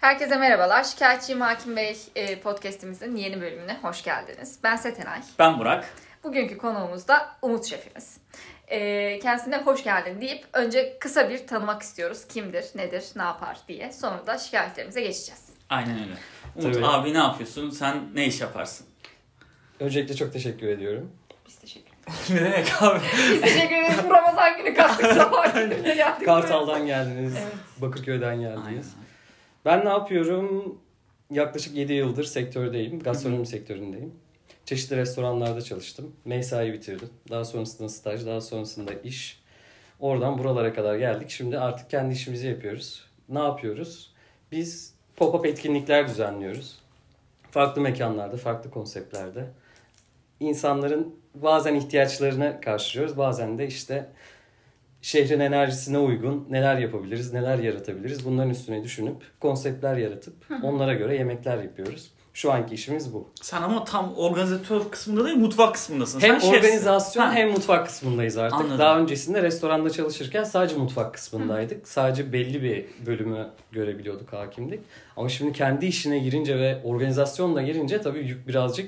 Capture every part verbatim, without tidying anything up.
Herkese merhabalar. Şikayetçiyim Hakim Bey podcastimizin yeni bölümüne hoş geldiniz. Ben Setenay. Ben Burak. Bugünkü konuğumuz da Umut Şefimiz. Kendisine hoş geldin deyip önce kısa bir tanımak istiyoruz. Kimdir, nedir, ne yapar diye. Sonra da şikayetlerimize geçeceğiz. Aynen öyle. Umut Tabii. abi ne yapıyorsun? Sen ne iş yaparsın? Öncelikle çok teşekkür ediyorum. Biz teşekkür ederiz. Ne demek abi? Biz teşekkür ederiz. Bu Ramazan günü kalktık sabah gününe geldik. Kartal'dan geldiniz, Evet. Bakırköy'den geldiniz. Aynen. Ben ne yapıyorum? Yaklaşık yedi yıldır sektördeyim. Gastronomi sektöründeyim. Çeşitli restoranlarda çalıştım. Mesai bitirdim. Daha sonrasında staj, daha sonrasında iş. Oradan buralara kadar geldik. Şimdi artık kendi işimizi yapıyoruz. Ne yapıyoruz? Biz pop-up etkinlikler düzenliyoruz. Farklı mekanlarda, farklı konseptlerde. İnsanların bazen ihtiyaçlarını karşılıyoruz. Bazen de işte şehrin enerjisine uygun neler yapabiliriz, neler yaratabiliriz. Bunların üstüne düşünüp konseptler yaratıp onlara göre yemekler yapıyoruz. Şu anki işimiz bu. Sen ama tam organizatör kısmında değil, mutfak kısmındasın. Hem Sen organizasyon şefsin. hem mutfak kısmındayız artık. Anladım. Daha öncesinde restoranda çalışırken sadece mutfak kısmındaydık. Sadece belli bir bölümü görebiliyorduk, hakimdik. Ama şimdi kendi işine girince ve organizasyonla girince tabii yük birazcık...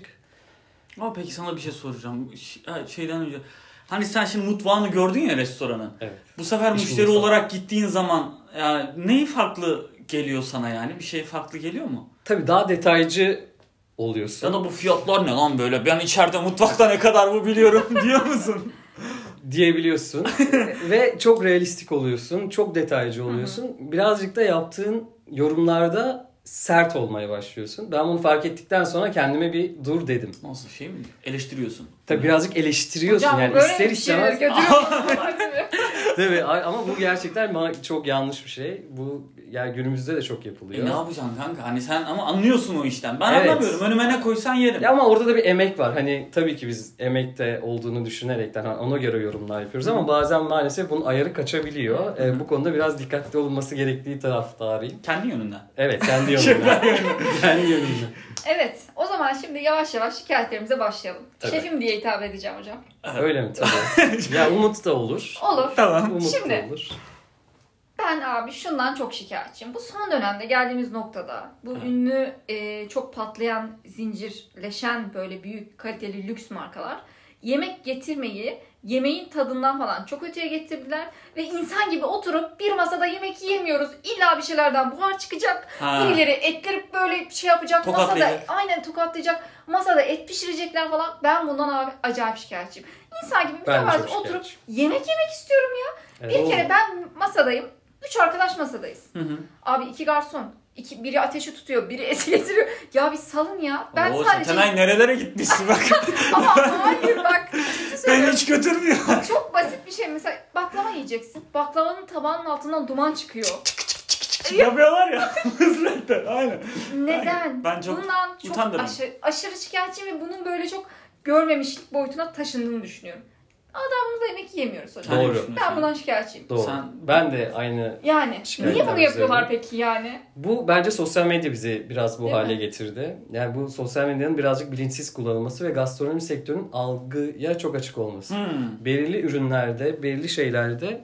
Ama peki sana bir şey soracağım. Ş- Şeyden önce. Hani sen şimdi mutfağını gördün ya restoranın. Evet. Bu sefer İş müşteri mutfağı. olarak gittiğin zaman yani neyi farklı geliyor sana yani? Bir şey farklı geliyor mu? Tabii daha detaycı oluyorsun. Ya da bu fiyatlar ne lan böyle? Ben içeride mutfakta ne kadar bu biliyorum diyor musun? Diyebiliyorsun. Ve çok realistik oluyorsun. Çok detaycı oluyorsun. Birazcık da yaptığın yorumlarda sert olmaya başlıyorsun. Ben bunu fark ettikten sonra kendime bir dur dedim. Nasıl şey mi? Eleştiriyorsun. Tabii birazcık eleştiriyorsun. Hocam yani böyle ister bir şeyleri istemez. götürüyor. Tabii ama bu gerçekten bana çok yanlış bir şey. Bu yani günümüzde de çok yapılıyor. E ne yapacaksın kanka? Hani sen ama anlıyorsun o işten. Ben Evet. anlamıyorum. Önüme ne koysan yerim. Ya ama orada da bir emek var. Hani tabii ki biz emekte olduğunu düşünerekten hani ona göre yorumlar yapıyoruz ama bazen maalesef bunun ayarı kaçabiliyor. Ee, bu konuda biraz dikkatli olunması gerektiği taraftarıyım. Kendi yönünden. Evet, kendi yönümden. kendi yönümden. Evet, o zaman şimdi yavaş yavaş şikayetlerimize başlayalım. Tabii. Şefim diye hitap edeceğim hocam. Öyle mi? Tabii. Ya Umut da olur. Olur. Tamam. Umut Şimdi- da olur. Ben abi şundan çok şikayetçiyim. Bu son dönemde geldiğimiz noktada bu ünlü e, çok patlayan, zincirleşen böyle büyük kaliteli lüks markalar yemek getirmeyi yemeğin tadından falan çok öteye getirdiler ve insan gibi oturup bir masada yemek yiyemiyoruz. İlla bir şeylerden buhar çıkacak. Ha. Birileri etleri böyle şey yapacak. Masada Tokatlayacak. aynen tokatlayacak. Masada et pişirecekler falan. Ben bundan abi acayip şikayetçiyim. İnsan gibi Ben de mütevazı çok oturup şikayetçiyim. yemek yemek istiyorum ya. Evet. Bir kere ben masadayım. Üç arkadaş masadayız. Hı hı. Abi iki garson. İki, biri ateşi tutuyor, biri eti getiriyor. Ya bir salın ya. Ben Oo, sadece... Setenay nerelere gitmişsin bak. Ama hayır bak. ciddi Beni söylüyorum. hiç götürmüyor. Çok basit bir şey. Mesela baklava yiyeceksin. Baklavanın tabağının altından duman çıkıyor. Yapıyorlar ya. Hızlıkta. Aynen. Neden? Ben çok Bundan çok utandırım. aşırı, aşırı şikayetçiyim ve bunun böyle çok görmemişlik boyutuna taşındığını düşünüyorum. Adamımızda yemek yiyemiyoruz hocam. Sen ne Doğru. düşünüyorsun? Ben bundan şikayetçiyim. Doğru. Sen- Ben de aynı. Yani Şikayetler niye bunu yapıyorlar üzerine. peki yani? Bu bence sosyal medya bizi biraz bu Değil hale mi? getirdi. Yani bu sosyal medyanın birazcık bilinçsiz kullanılması ve gastronomi sektörünün algıya çok açık olması. Hmm. Belirli ürünlerde, belirli şeylerde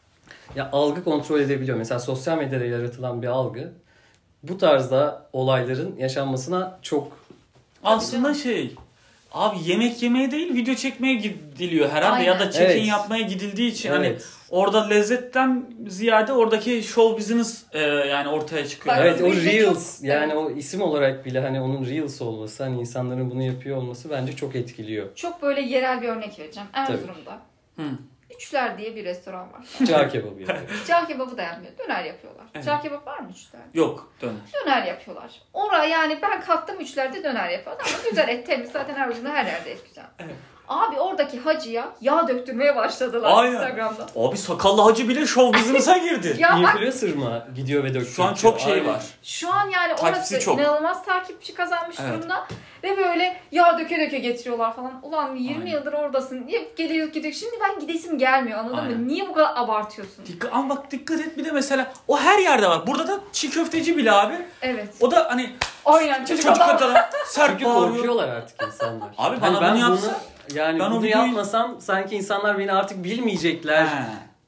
ya algı kontrol edebiliyor. Mesela sosyal medyada yaratılan bir algı bu tarzda olayların yaşanmasına çok Aslında şey... Abi yemek yemeye değil video çekmeye gidiliyor herhalde Aynen. ya da check-in Evet. yapmaya gidildiği için hani evet. orada lezzetten ziyade oradaki show business e, yani ortaya çıkıyor. Bak- Evet o Bizde Reels çok- yani evet. o isim olarak bile hani onun Reels olması hani insanların bunu yapıyor olması bence çok etkiliyor. Çok böyle yerel bir örnek vereceğim. Tabii. Erzurum'da. Hı. Üçler diye bir restoran var. Cağ kebabı yapıyor. Cağ kebabı da yapmıyor. Döner yapıyorlar. Evet. Cağ kebap var mı üçlerde? Yok döner. Döner yapıyorlar. Oraya yani ben kalktım üçlerde döner yapıyorlar ama güzel et temiz. Zaten Erzurum'da her yerde et güzel. Evet. Abi oradaki hacıya yağ döktürmeye başladılar Aynen. Instagram'da. Abi sakallı hacı bile show business'a girdi. Ya bak Influencer mı gidiyor ve döküyor? Şu an çok şey Aynen. var. şu an yani Takipçisi orası çok. inanılmaz takipçi kazanmış Evet. durumda. Ve böyle yağ döke döke getiriyorlar falan. Ulan yirmi Aynen. yıldır oradasın. Niye geliyor gidiyor. Şimdi ben gidesim gelmiyor anladın Aynen. mı? Niye bu kadar abartıyorsun? Dikkat, ama bak dikkat et bir de mesela o her yerde var. Burada da çiğ köfteci bile abi. Evet. O da hani Aynen çocuk, çocuk adam. kadar sert Çünkü bağırıyor. korkuyorlar artık insanlar. Abi Hani bana ben bunu yapsa yani ben o bunu videoyu- yapmasam sanki insanlar beni artık bilmeyecekler He.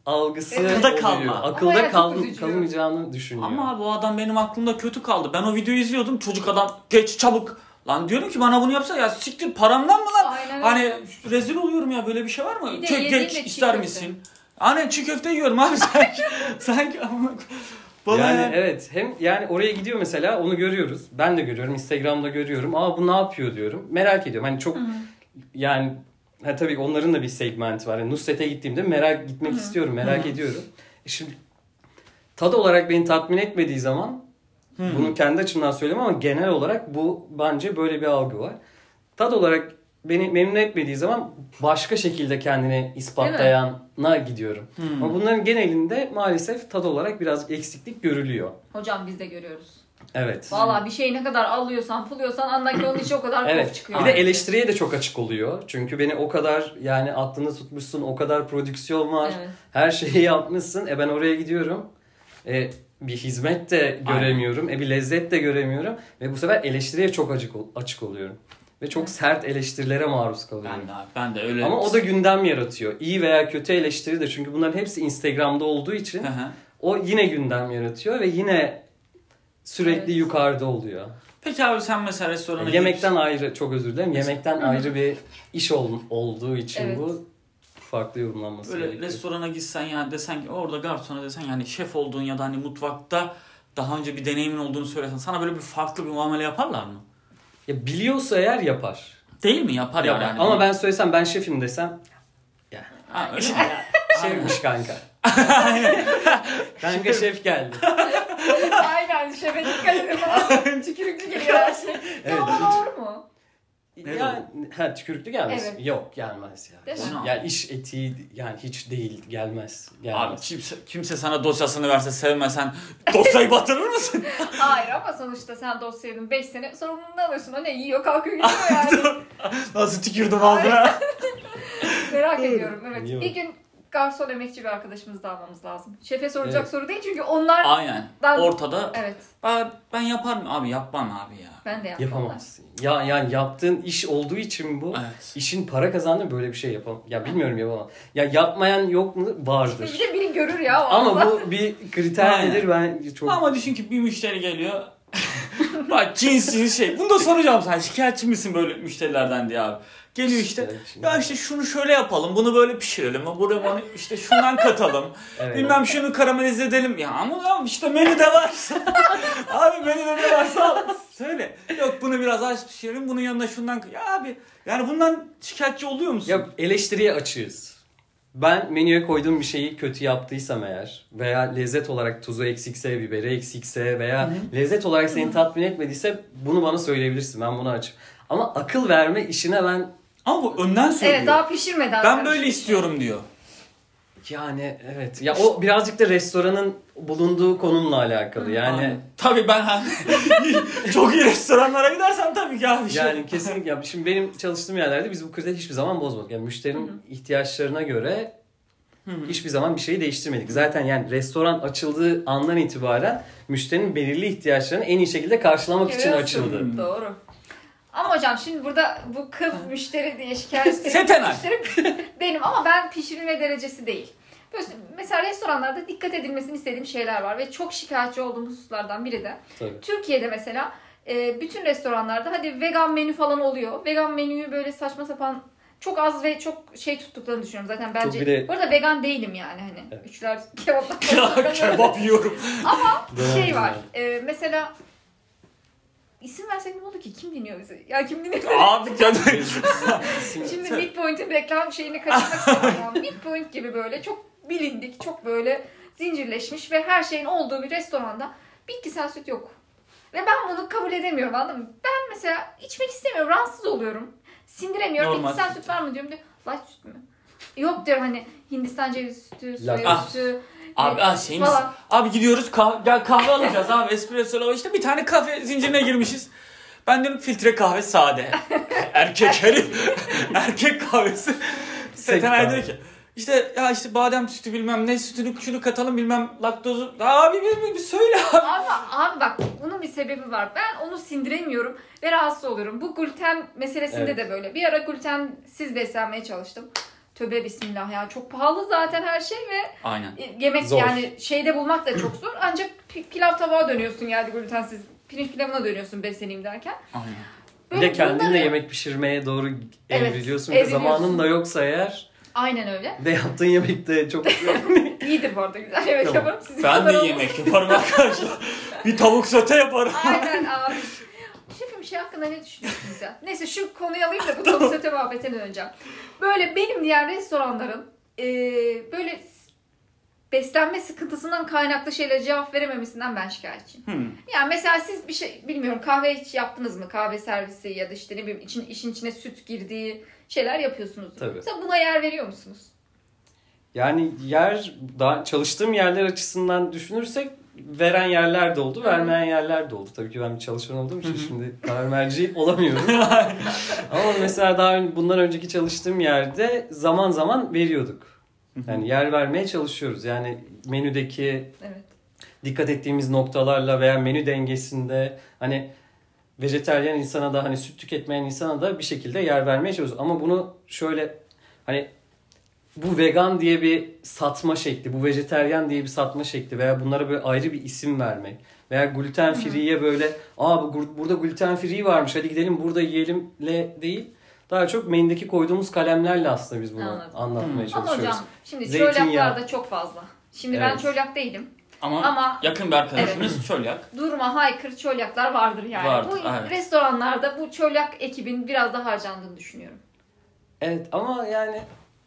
algısı Akılda oluyor. kalma. Akılda Ama ya kal- çok üzücü. kalmayacağını düşünüyor. Ama bu adam benim aklımda kötü kaldı. Ben o videoyu izliyordum. Çocuk adam geç çabuk. Lan diyorum ki bana bunu yapsa ya siktir paramdan mı lan? Aynen öyle. Hani rezil oluyorum ya, böyle bir şey var mı? Bir de Çek yediğin geç de çiğ ister köfte. misin? Hani çiğ köfte yiyorum abi sanki. sanki bana yani, yani, evet, hem yani oraya gidiyor mesela, onu görüyoruz. Ben de görüyorum, Instagram'da görüyorum. Aa bu ne yapıyor diyorum. Merak ediyorum. Hani çok Hı-hı. yani ha, tabii onların da bir segmenti var. Yani Nusret'e gittiğimde merak gitmek Hı-hı. istiyorum, merak Hı-hı. ediyorum. E şimdi tad olarak beni tatmin etmediği zaman Hı. bunu kendi açımdan söylüyorum ama genel olarak bu bence böyle bir algı var. Tad olarak beni memnun etmediği zaman başka şekilde kendini ispatlayana gidiyorum. Hmm. Ama bunların genelinde maalesef tad olarak biraz eksiklik görülüyor. Hocam biz de görüyoruz. Evet. Valla bir şeyi ne kadar alıyorsan, puluyorsan anla ki onun içi o kadar Evet. kof çıkıyor. Bir de eleştiriye de çok açık oluyor. Çünkü beni o kadar yani aklında tutmuşsun, o kadar prodüksiyon var. Evet. Her şeyi yapmışsın. E ben oraya gidiyorum. E bir hizmet de göremiyorum. E bir lezzet de göremiyorum. Ve bu sefer eleştiriye çok açık, açık oluyorum. Ve çok Evet. sert eleştirilere maruz kalıyorum. ben de abi, ben de öyle. Ama o da gündem yaratıyor. İyi veya kötü eleştiri de, çünkü bunların hepsi Instagram'da olduğu için Hı hı. o yine gündem yaratıyor ve yine sürekli Evet. yukarıda oluyor. Peki abi sen mesela restorana Yani gidip- yemekten ayrı, çok özür dilerim. Yemekten Hı. ayrı bir iş ol, olduğu için Evet. bu farklı yorumlanması böyle gerekiyor. restorana gitsen yani desen ki orada garsona desen yani şef olduğun ya da hani mutfakta daha önce bir deneyimin olduğunu söylesen sana böyle bir farklı bir muamele yaparlar mı? Ya biliyorsa eğer yapar. Değil mi? Yapar Yapar. yani. Ama ben söylesem ben şefim desem Ha, öyle mi? şefmiş kanka. Kanka şef geldi. Aynen şefe dikkat edin falan. Tükürüklü geliyor her şey. Evet. Ya ama doğru mu? Ne Yani ha, tükürüklü gelmez. Evet. Yok gelmez ya. Değil mi? Yani iş etiği yani hiç değil, gelmez. gelmez. Abi kimse, kimse sana dosyasını verse sevmesen dosyayı batırır mısın? Hayır ama sonuçta sen dosyaydın beş sene sorumluluğunu alıyorsun. O ne yiyor kalkıyor gidiyor yani. Nasıl tükürdüm ağzına? Merak ediyorum evet. Yok. Bir gün garson emekçi bir arkadaşımız da almamız lazım. Şefe soracak Evet. soru değil çünkü onlar... Aynen. Ben- Ortada. Evet Ben, ben yaparım abi, yapmam abi ya. ben de yapmam. Yapamazsın. Ya yani yaptığın iş olduğu için bu. Evet. İşin para kazandığın böyle bir şey yapamam. Ya bilmiyorum, yapamam. Ya yapmayan yok mu? Vardır. Bir de biri görür ya o Ama anda. bu bir kriter Aynen. midir? Ben çok Ama düşün ki bir müşteri geliyor. Bak cinsiz şey. Bunu da soracağım sana. Şikayetçi misin böyle müşterilerden diye abi. Geliyor işte. Şikayetçi. Ya işte şunu şöyle yapalım. Bunu böyle pişirelim. Buraya bunu işte şundan katalım. Evet. Bilmem şunu karamelize edelim. Ya ama abi işte menüde varsa. Abi menüde ne varsa al. Söyle. Yok bunu biraz az pişirelim. Bunun yanına şundan. Ya abi yani bundan şikayetçi oluyor musun? Ya eleştiriye açığız. Ben menüye koyduğum bir şeyi kötü yaptıysam eğer veya lezzet olarak tuzu eksikse, biberi eksikse veya Hı-hı. lezzet olarak seni tatmin etmediyse bunu bana söyleyebilirsin. Ben bunu açım. Ama akıl verme işine ben Ama bu önden söylüyor. Evet daha pişirmeden. Ben karışık. böyle istiyorum diyor. yani evet. Ya o birazcık da restoranın bulunduğu konumla alakalı. Yani Aynen. Tabii ben hani çok iyi restoranlara gidersem tabii ki abi. yani kesinlikle. Ya şimdi benim çalıştığım yerlerde biz bu kriteri hiçbir zaman bozmadık. Yani müşterinin ihtiyaçlarına göre Hı-hı. hiçbir zaman bir şeyi değiştirmedik. Zaten yani restoran açıldığı andan itibaren müşterinin belirli ihtiyaçlarını en iyi şekilde karşılamak için Görüyorsun. açıldı. Doğru. Ama hocam şimdi burada bu kıl müşteri diye şikayet Setenay. müşteri benim ama ben pişirilme derecesi değil. Böyle mesela restoranlarda dikkat edilmesini istediğim şeyler var ve çok şikayetçi olduğum hususlardan biri de. Tabii. Türkiye'de mesela e, bütün restoranlarda hadi vegan menü falan oluyor. Vegan menüyü böyle saçma sapan çok az ve çok şey tuttuklarını düşünüyorum zaten bence. bir de- Bu arada vegan değilim yani hani. Evet. Üçler kebaptan Ya kebap yiyorum. şey var. E, mesela isim versek ne olur ki? Kim dinliyor bizi? Ya kim dinliyor? Abi canım. Şimdi Midpoint'in reklam şeyini kaçırmak istemiyorum. Midpoint gibi böyle çok bilindik, çok böyle zincirleşmiş ve her şeyin olduğu bir restoranda bitkisel süt yok. Ve ben bunu kabul edemiyorum, anladın mı? Ben mesela içmek istemiyorum, rahatsız oluyorum. Sindiremiyorum. Normal Bitkisel süt. süt var mı diyorum diyor. Light süt mü? Yok diyorum hani Hindistan cevizi sütü, soya Lak- sütü. Abi e, ah şeyimiz. falan. Abi gidiyoruz kah- gel kahve alacağız abi. Espresso işte bir tane kahve zincirine girmişiz. Ben diyorum filtre kahve sade. Erkek herif. Erkek kahvesi. Setenay diyor ki işte ya işte badem sütü bilmem ne sütünü şunu katalım bilmem laktozu. Abi bir, bir, bir söyle abi. Ama abi bak bunun bir sebebi var. Ben onu sindiremiyorum ve rahatsız oluyorum. Bu gluten meselesinde Evet. de böyle. Bir ara glutensiz beslenmeye çalıştım. Tövbe bismillah ya. Çok pahalı zaten her şey ve Aynen. yemek Zor. yani şeyde bulmak da çok zor. Ancak pi- pilav tabağa dönüyorsun yani glutensiz. Pirinç pilavına dönüyorsun besleneyim derken. Aynen. Bir de Böyle kendin de bunları- yemek pişirmeye doğru Evet, evriliyorsun. ve evriliyorsun. zamanın da yoksa eğer Aynen öyle. de yaptığın yemek de çok İyidir bu arada, güzel yemek Tamam. yaparım. Sizin Ben de kadar olmasın. yemek yaparım arkadaşlar. Bir tavuk sote yaparım. Aynen abi. Şefim şey hakkında ne düşünüyorsunuz ya? Neyse şu konuyu alayım da bu tavuk sote muhabbetine döneceğim. Böyle benim diğer restoranların e, böyle beslenme sıkıntısından kaynaklı şeylere cevap verememesinden ben şikayetçiyim. Hmm. Yani mesela siz bir şey bilmiyorum kahve hiç yaptınız mı? Kahve servisi ya da işte ne bileyim için, işin içine süt girdiği şeyler yapıyorsunuz. Tabii. Mesela buna yer veriyor musunuz? Yani yer, daha çalıştığım yerler açısından düşünürsek veren yerler de oldu, Hı. vermeyen yerler de oldu. Tabii ki ben bir çalışan olduğum için şimdi kahve merci olamıyorum. Ama mesela daha ön- bundan önceki çalıştığım yerde zaman zaman veriyorduk. Yani yer vermeye çalışıyoruz. Yani menüdeki Evet. dikkat ettiğimiz noktalarla veya menü dengesinde hani vejetaryen insana da hani süt tüketmeyen insana da bir şekilde yer vermeye çalışıyoruz. Ama bunu şöyle hani bu vegan diye bir satma şekli, bu vejeteryan diye bir satma şekli veya bunlara böyle ayrı bir isim vermek veya gluten free'ye böyle aa bu gu- burada gluten free varmış hadi gidelim burada yiyelimle değil. Daha çok menüdeki koyduğumuz kalemlerle aslında biz bunu Anladım. anlatmaya Hmm. Ama çalışıyoruz. hocam şimdi Zeytinyağı. çölyaklar da çok fazla. Şimdi ben Evet. çölyak değilim. Ama, Ama yakın bir arkadaşımız çölyak. durma haykır çölyaklar vardır yani. Vardır, bu evet. restoranlarda bu çölyak ekibin biraz daha harcandığını düşünüyorum. Evet ama yani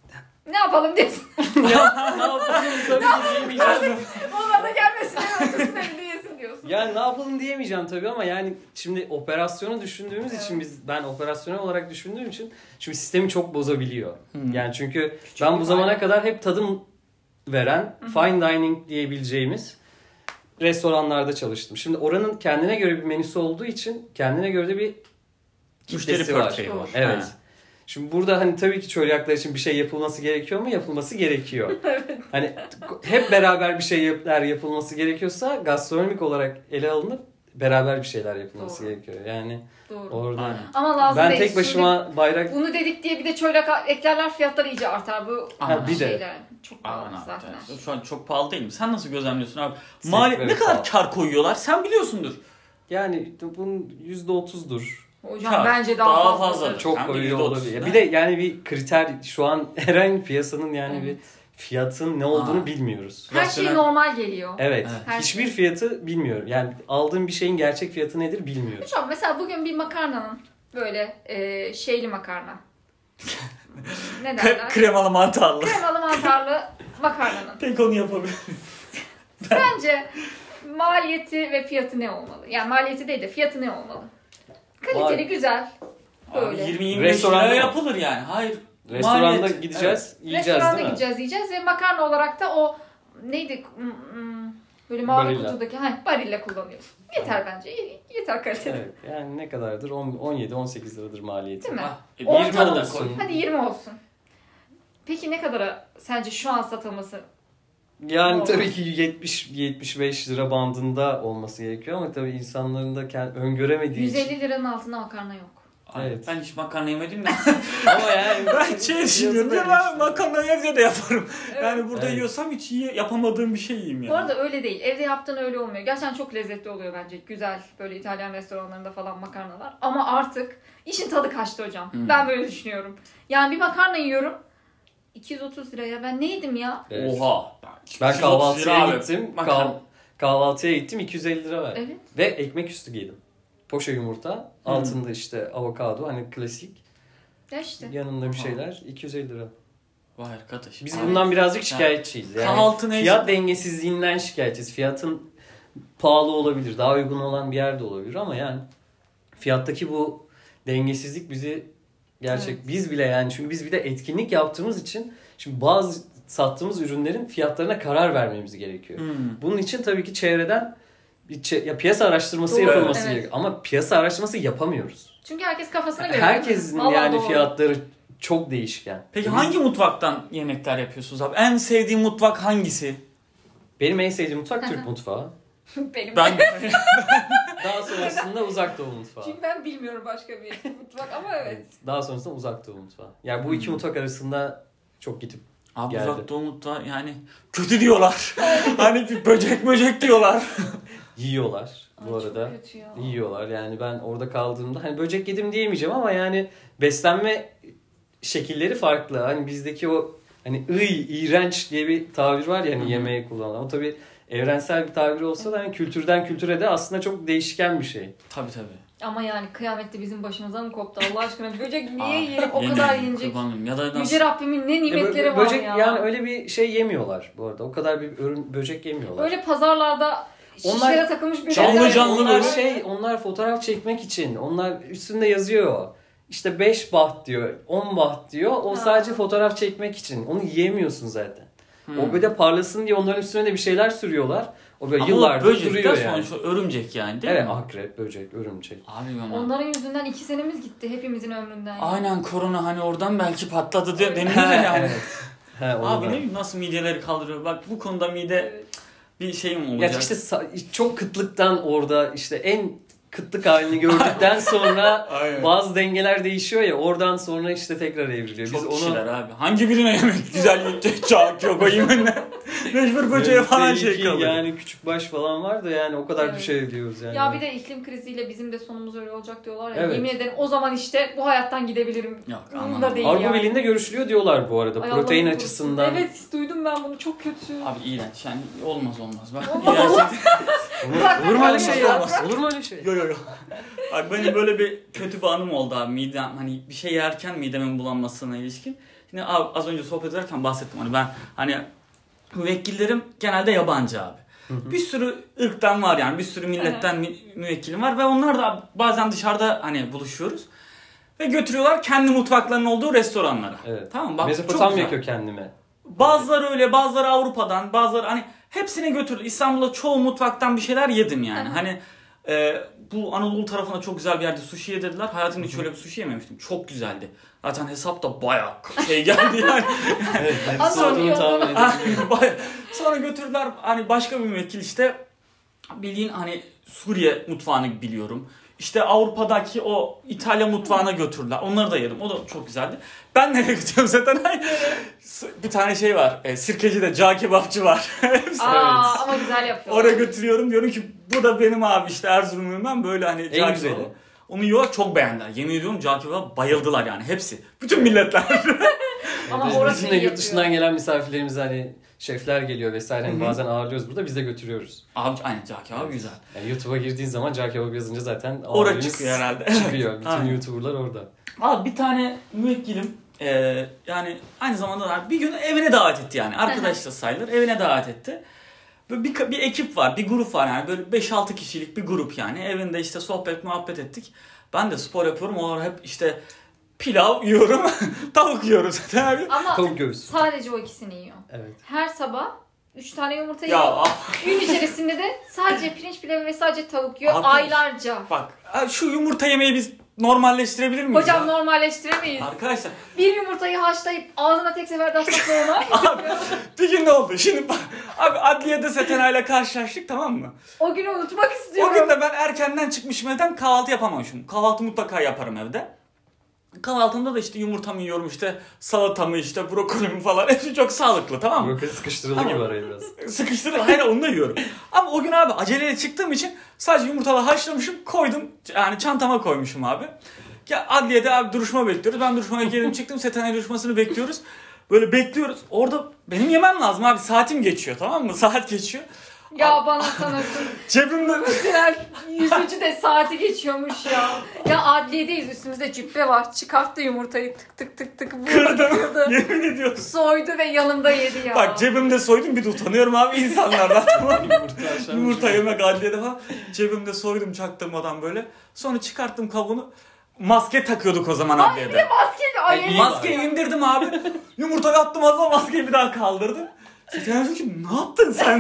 Ne yapalım diyorsun? ya ne yapalım tabii ki diyemeyeceğim. Onlar da gelmesin diye otursun evde yesin diyorsun. Yani ne yapalım diyemeyeceğim tabii ama yani şimdi operasyonu düşündüğümüz Evet. için biz ben operasyonel olarak düşündüğüm için şimdi sistemi çok bozabiliyor. Hmm. Yani çünkü Küçük ben bir bu zamana fayda. kadar hep tadım veren fine dining diyebileceğimiz restoranlarda çalıştım. Şimdi oranın kendine göre bir menüsü olduğu için kendine göre de bir Müşteri kitlesi var. portföyü var. Evet. Ha. Şimdi burada hani tabii ki çölyaklar için bir şey yapılması gerekiyor mu? Yapılması gerekiyor. Hani hep beraber bir şeyler yapılması gerekiyorsa gastronomik olarak ele alınıp beraber bir şeyler yapılması Doğru. gerekiyor. Yani Doğru. orada Aynen. Ama lazım ben değil. tek başıma bayrak Şimdi bunu dedik diye bir de çölyak eklerler fiyatları iyice artar. Bu Ha, bir de. şeyler çok pahalı Aman abi, zaten. evet. Şu an çok pahalı değil mi? Sen nasıl gözlemliyorsun abi? Sektör Mali ne evet, kadar pahalı. kar koyuyorlar? Sen biliyorsundur. yani bunun yüzde otuzdur. Hocam Kar. bence daha, Daha fazla. fazla. Çok Hem de koyuyor yüzde otuz. olabilir. Bir de yani bir kriter şu an herhangi piyasanın yani Evet. bir fiyatın ne olduğunu Aa. bilmiyoruz. Her şey Rasyonel- normal geliyor. Evet. Evet. Her Hiçbir şey. fiyatı bilmiyorum. Yani aldığım bir şeyin gerçek fiyatı nedir bilmiyorum. Hocam mesela bugün bir makarnanın böyle e, şeyli makarna. Ne derler? Kremalı mantarlı. Kremalı mantarlı makarnanın. Tek onu yapabilirim. Sence maliyeti ve fiyatı ne olmalı? Yani maliyeti değil de fiyatı ne olmalı? Kaliteli, Mal- güzel. Abi Böyle. yirmi yirmi beş Restoranda liraya mı? yapılır yani. Hayır. Restoranda Maliyet. gideceğiz, yiyeceğiz Restoranda değil mi? gideceğiz yiyeceğiz ve makarna olarak da o neydi? Hmm, hmm, Böyle mavi Barilla. kutudaki ha, barilla kullanıyorsun. Yeter bence. y- Yeter kaliteli. Evet. Yani ne kadardır? on, on yedi on sekiz liradır maliyeti. Değil mi? Ah, e, Ortalama yirmi lira olsun. koy. Hadi yirmi olsun. Peki ne kadara sence şu an satılması? Yani Normal. tabii ki yetmiş yetmiş beş lira bandında olması gerekiyor ama tabii insanların da kendi öngöremediği yüz için. elli liranın altında makarna yok. Ay, Evet. Ben hiç makarna yemedim de. Ama yani Ben şey düşünüyorum ya ben makarnayı evde de yaparım. Evet. Yani burada Evet. yiyorsam hiç iyi yapamadığım bir şey yiyeyim yani. Bu arada öyle değil. Evde yaptığın öyle olmuyor. Gerçekten çok lezzetli oluyor bence. Güzel böyle İtalyan restoranlarında falan makarnalar. Ama artık işin tadı kaçtı hocam. Hmm. Ben böyle düşünüyorum. Yani bir makarna yiyorum. iki yüz otuz liraya ben ne yedim ya? Evet. Oha. Ben iki yüz otuz lira kahvaltıya abi. gittim. Makarna. Kah- kahvaltıya gittim iki yüz elli lira ver. Evet. Ve ekmek üstü giydim. Poşe yumurta, altında işte avokado hani klasik. Ya işte. Yanında bir Aha. şeyler iki yüz elli lira. Vay arkadaş. Biz Evet. bundan birazcık şikayetçiyiz. Yani Kahvaltı neyse. fiyat dengesizliğinden şikayetçiyiz. Fiyatın pahalı olabilir, daha uygun olan bir yerde olabilir ama yani fiyattaki bu dengesizlik bizi gerçek Evet. biz bile yani çünkü biz bir de etkinlik yaptığımız için şimdi bazı sattığımız ürünlerin fiyatlarına karar vermemiz gerekiyor. Hmm. Bunun için tabii ki çevreden bir çe- ya piyasa araştırması Doğru, yapılması evet. gerekiyor. Ama piyasa araştırması yapamıyoruz. Çünkü herkes kafasına göre. Herkesin Vallahi yani doğru. fiyatları çok değişken. Peki Biz- hangi mutfaktan yemekler yapıyorsunuz abi? En sevdiğin mutfak hangisi? Benim en sevdiğim mutfak Hı hı. Türk mutfağı. Benim. Ben Daha sonrasında uzak doğu mutfağı. Çünkü ben bilmiyorum başka bir mutfak ama evet. Evet, daha sonrasında uzak doğu mutfağı. Yani bu iki mutfak arasında çok gidip Abi geldi. Uzak Doğu mutfağı yani kötü diyorlar. Hani bir böcek böcek diyorlar. Yiyorlar bu Ay, çok arada. kötü ya. Yiyorlar. Yani ben orada kaldığımda hani böcek yedim diyemeyeceğim ama yani beslenme şekilleri farklı. Hani bizdeki o hani ıy, iğrenç diye bir tabir var ya hani yemeğe kullanılan. O tabii evrensel bir tabir olsa da hani kültürden kültüre de aslında çok değişken bir şey. Tabii tabii. Ama yani kıyamette bizim başımıza mı koptu Allah aşkına? Böcek niye Aa, yiyelim? O yemin kadar ederim, yenecek. kurbanım. Ya da nasıl? Yüce Rabbimin ne Ya bö- nimetleri var böcek, ya. yani öyle bir şey yemiyorlar bu arada. O kadar bir ürün böcek yemiyorlar. Öyle pazarlarda şişlere Onlar- takılmış bir Canlı böcek. canlı onlar böyle. şey, onlar fotoğraf çekmek için. Onlar üstünde yazıyor. İşte beş baht diyor, on baht diyor. O Ha. sadece fotoğraf çekmek için. Onu yiyemiyorsun zaten. Hmm. O böyle parlasın diye onların üstüne de bir şeyler sürüyorlar. O böyle Ama yıllardır böcek duruyor de yani. sonuçta örümcek yani değil Evet, mi? akrep, böcek, örümcek. Abi ama. Onların yüzünden iki senemiz gitti hepimizin ömründen. yani. Aynen korona hani oradan belki patladı diye Evet. deniyor ya yani. Evet. He, Abi ondan. ne bileyim nasıl mideleri kaldırıyor. Bak bu konuda mide Evet. bir şeyim Ya olacak. işte sa- çok kıtlıktan orada işte en kıtlık halini gördükten sonra Aynen. bazı dengeler değişiyor ya oradan sonra işte tekrar evriliyor. Çok Biz onu kişiler abi. Hangi birine yemek güzel yiyecek çağ yok o yeminle. Mecbur böceğe falan şey Seninki kalıyor. yani küçük baş falan var da yani o kadar Evet. bir şey diyoruz yani. Ya bir de iklim kriziyle bizim de sonumuz öyle olacak diyorlar ya. Evet. Yemin ederim o zaman işte bu hayattan gidebilirim. Yok Umurumda aman. değil Avrupa yani. Birliği'nde görüşülüyor diyorlar bu arada Ay protein Allah'ım açısından. korusun. Evet duydum ben bunu çok kötü. Abi iğrenç yani olmaz olmaz. Bak Olmaz, iğrenç. olmaz. Olur, Bırak, olur mu bırak, öyle şey ya? olmaz. Olur mu öyle şey? Yo yo yo. Abi benim böyle bir kötü bir anım oldu abi midem hani bir şey yerken midemin bulanmasına ilişkin. Şimdi abi, az önce sohbet ederken bahsettim hani ben hani müvekkillerim genelde yabancı abi. Bir sürü ırktan var yani bir sürü milletten mü- müvekkilim var ve onlar da bazen dışarıda hani buluşuyoruz. Ve götürüyorlar kendi mutfaklarının olduğu restoranlara. Evet. Tamam mı? Bak, çok Mezopotamya güzel. kökenli mi? Bazıları öyle, bazıları Avrupa'dan, bazıları hani hepsine götürdü. İstanbul'da çoğu mutfaktan bir şeyler yedim yani. Hani e, bu Anadolu tarafında çok güzel bir yerde sushi yedirdiler. Hayatımda hiç öyle bir sushi yememiştim. Çok güzeldi. Zaten hesap da bayağı şey geldi yani. Evet. Ben Az sorduğunu önce tahmin yolladım. edebiliyorum. Bayağı. Sonra götürdüler hani başka bir müvekkil işte bildiğin hani Suriye mutfağını biliyorum. İşte Avrupa'daki o İtalya mutfağına götürdüler. Onları da yedim. O da çok güzeldi. Ben nereye gidiyorum zaten? Bir tane şey var. E, Sirkeci'de cağ kebapçı var. Aa, ama güzel yapıyorlar. Oraya götürüyorum. Diyorum ki bu da benim abi işte Erzurumluyum ben. Böyle hani cağ güzeli. kebabı. Onu yiyorlar çok beğendiler. Yemin ediyorum cağ kebaba bayıldılar yani hepsi. Bütün milletler. Ama Biz- orası Bizim de iyi yurt dışından yapıyor. gelen misafirlerimiz hani şefler geliyor vesaire hani Hı hı. bazen ağırlıyoruz burada biz de götürüyoruz. Abi aynen cağ kebabı güzel. Yani YouTube'a girdiğin zaman cağ kebabı yazınca zaten Orada ağırlığımız çıkıyor herhalde. Çıkıyor. Bütün Aynen. YouTuber'lar orada. Abi bir tane müvekkilim e, yani aynı zamanda da bir gün evine davet etti yani. Arkadaş da sayılır evine davet etti. Böyle bir, bir ekip var, bir grup var yani böyle beş altı kişilik bir grup yani. Evinde işte sohbet muhabbet ettik. Ben de spor yapıyorum. Onlar hep işte pilav yiyorum, tavuk yiyorum zaten abi. Ama Tavuk göğüs. sadece o ikisini yiyor. Evet. Her sabah üç tane yumurta Ya yiyor. ah, Gün içerisinde de sadece pirinç pilavı ve sadece tavuk yiyor Arkadaş, aylarca. bak şu yumurta yemeği biz normalleştirebilir miyiz Hocam ya? normalleştiremeyiz. Arkadaşlar Bir yumurtayı haşlayıp ağzına tek seferde atmak normal. abi bir gün ne oldu? Şimdi bak, abi adliyede Setenay'la karşılaştık tamam mı? O günü unutmak O istiyorum. gün de ben erkenden çıkmışım evden kahvaltı yapamamışım. Kahvaltı mutlaka yaparım evde. Kahvaltımda da işte yumurtamı yiyorum işte salatamı işte brokolimi falan hepsi çok sağlıklı tamam mı? Brokoli sıkıştırıldı Ama- gibi araya biraz. Sıkıştırıp hayır onu da yiyorum. Ama o gün abi aceleyle çıktığım için sadece yumurtalı haşlamışım koydum yani çantama koymuşum abi. Ya adliyede abi duruşma bekliyoruz. Ben duruşmaya girdim çıktım Setenay duruşmasını bekliyoruz. Böyle bekliyoruz. Orada benim yemem lazım abi saatim geçiyor tamam mı? Saat geçiyor. Ya bana sanırsın. Cebimde Güzel yüzücü de saati geçiyormuş ya. Ya adliyedeyiz üstümüzde cübbe var. Çıkarttı yumurtayı tık tık tık tık vurdu kırdım. kırdı. Yemin ediyorum. Soydu ve yanımda yedi ya. Bak cebimde soydum bir de utanıyorum abi insanlardan tamam mı? Yumurta aşağı. Yumurta yemek adliyede falan. Cebimde soydum çaktırmadan böyle. Sonra çıkarttım kabuğunu. Maske takıyorduk o zaman adliyede. Maskeli ay. Ay, iyi Maskeyi bari. indirdim abi. Yumurtayı attım ağzıma maskeyi bir daha kaldırdım. Seçen dedi ki ne yaptın sen?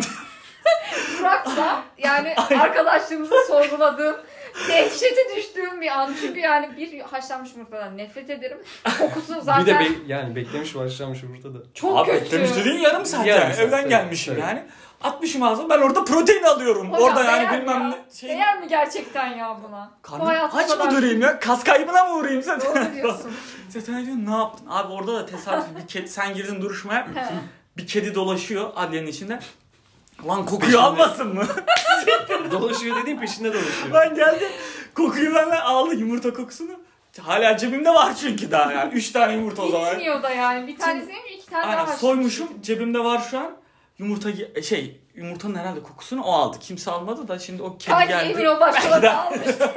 Burak'la yani arkadaşlığımızı sorguladığım, dehşete düştüğüm bir an. Çünkü yani bir haşlanmış yumurtadan nefret ederim. Kokusu zaten Bir de be- yani beklemiş başlamış yumurta da. çok Abi kötü. beklemiş dediğin yarım saat Yarım yani. saat, Evden tabii, gelmişim tabii. yani. Atmışım ağzıma, ben orada protein alıyorum. Hocam, orada yani değer bilmem ya. ne şey. Değer mi gerçekten ya buna? Bu Karnım hayatı aç bu mı kadar- durayım ya? Kas kaybına mı uğrayayım sen? Doğru diyorsun. Zaten diyor ne yaptın? Abi orada da tesadüf bir kedi, sen girdin duruşmaya. He. Bir kedi dolaşıyor adliyenin içinde. Lan kokuyu almasın mı? Dolaşıyor dediğin peşinde dolaşıyor. Ben geldim. Kokuyu benden aldı, yumurta kokusunu. Hala cebimde var çünkü daha yani. Üç tane yumurta o zaman. Bitmiyor da yani. Bir tanesi yemiş, iki tane Aynen daha var. soymuşum. Cebimde var şu an. Yumurta şey yumurtanın herhalde kokusunu o aldı. Kimse almadı da şimdi o kedi Kanki geldi. emin ol başkaları Ben- almıştı.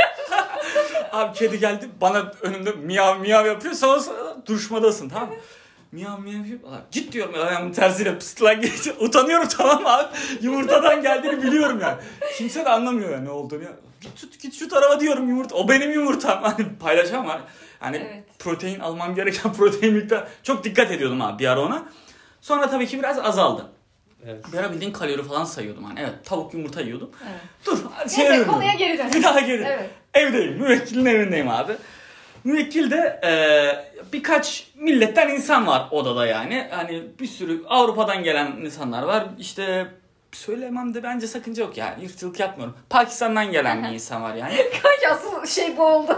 Abi kedi geldi bana önümde miyav miyav yapıyor. Sonra, sonra duruşmadasın tamam mı? Miyav miyav yapıyor. Ulan git diyorum ya, ayağımın tersiyle pıst lan geç. Utanıyorum tamam mı abi? Yumurtadan geldiğini biliyorum yani. Kimse de anlamıyor yani ne olduğunu ya. Git tut git şu tarafa diyorum yumurta. O benim yumurtam. Hani paylaşamam hani. Hani Evet. protein almam gereken protein miktarı. Çok dikkat ediyordum abi bir ara ona. Sonra tabii ki biraz azaldı. Evet. Bir ara bildiğin kalori falan sayıyordum hani. Evet tavuk yumurta yiyordum. Evet. Dur şey Neyse yapıyorum. konuya geri dönelim. Bir daha geri. Evet. Evdeyim. Müvekkilin evindeyim abi. Müvekkilde e, birkaç milletten insan var odada yani. Hani bir sürü Avrupa'dan gelen insanlar var. İşte söylemem de bence sakınca yok yani. Irkçılık yapmıyorum. Pakistan'dan gelen bir insan var yani. Kanki asıl şey bu oldu.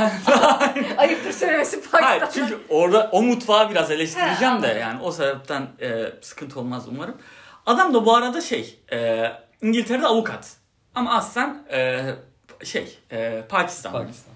Ayıptır söylemesi Pakistan'dan. Hayır çünkü orada o mutfağı biraz He, eleştireceğim de anladım. yani o sebepten e, sıkıntı olmaz umarım. Adam da bu arada şey e, İngiltere'de avukat. Ama aslen e, şey e, Pakistanlı. Pakistan.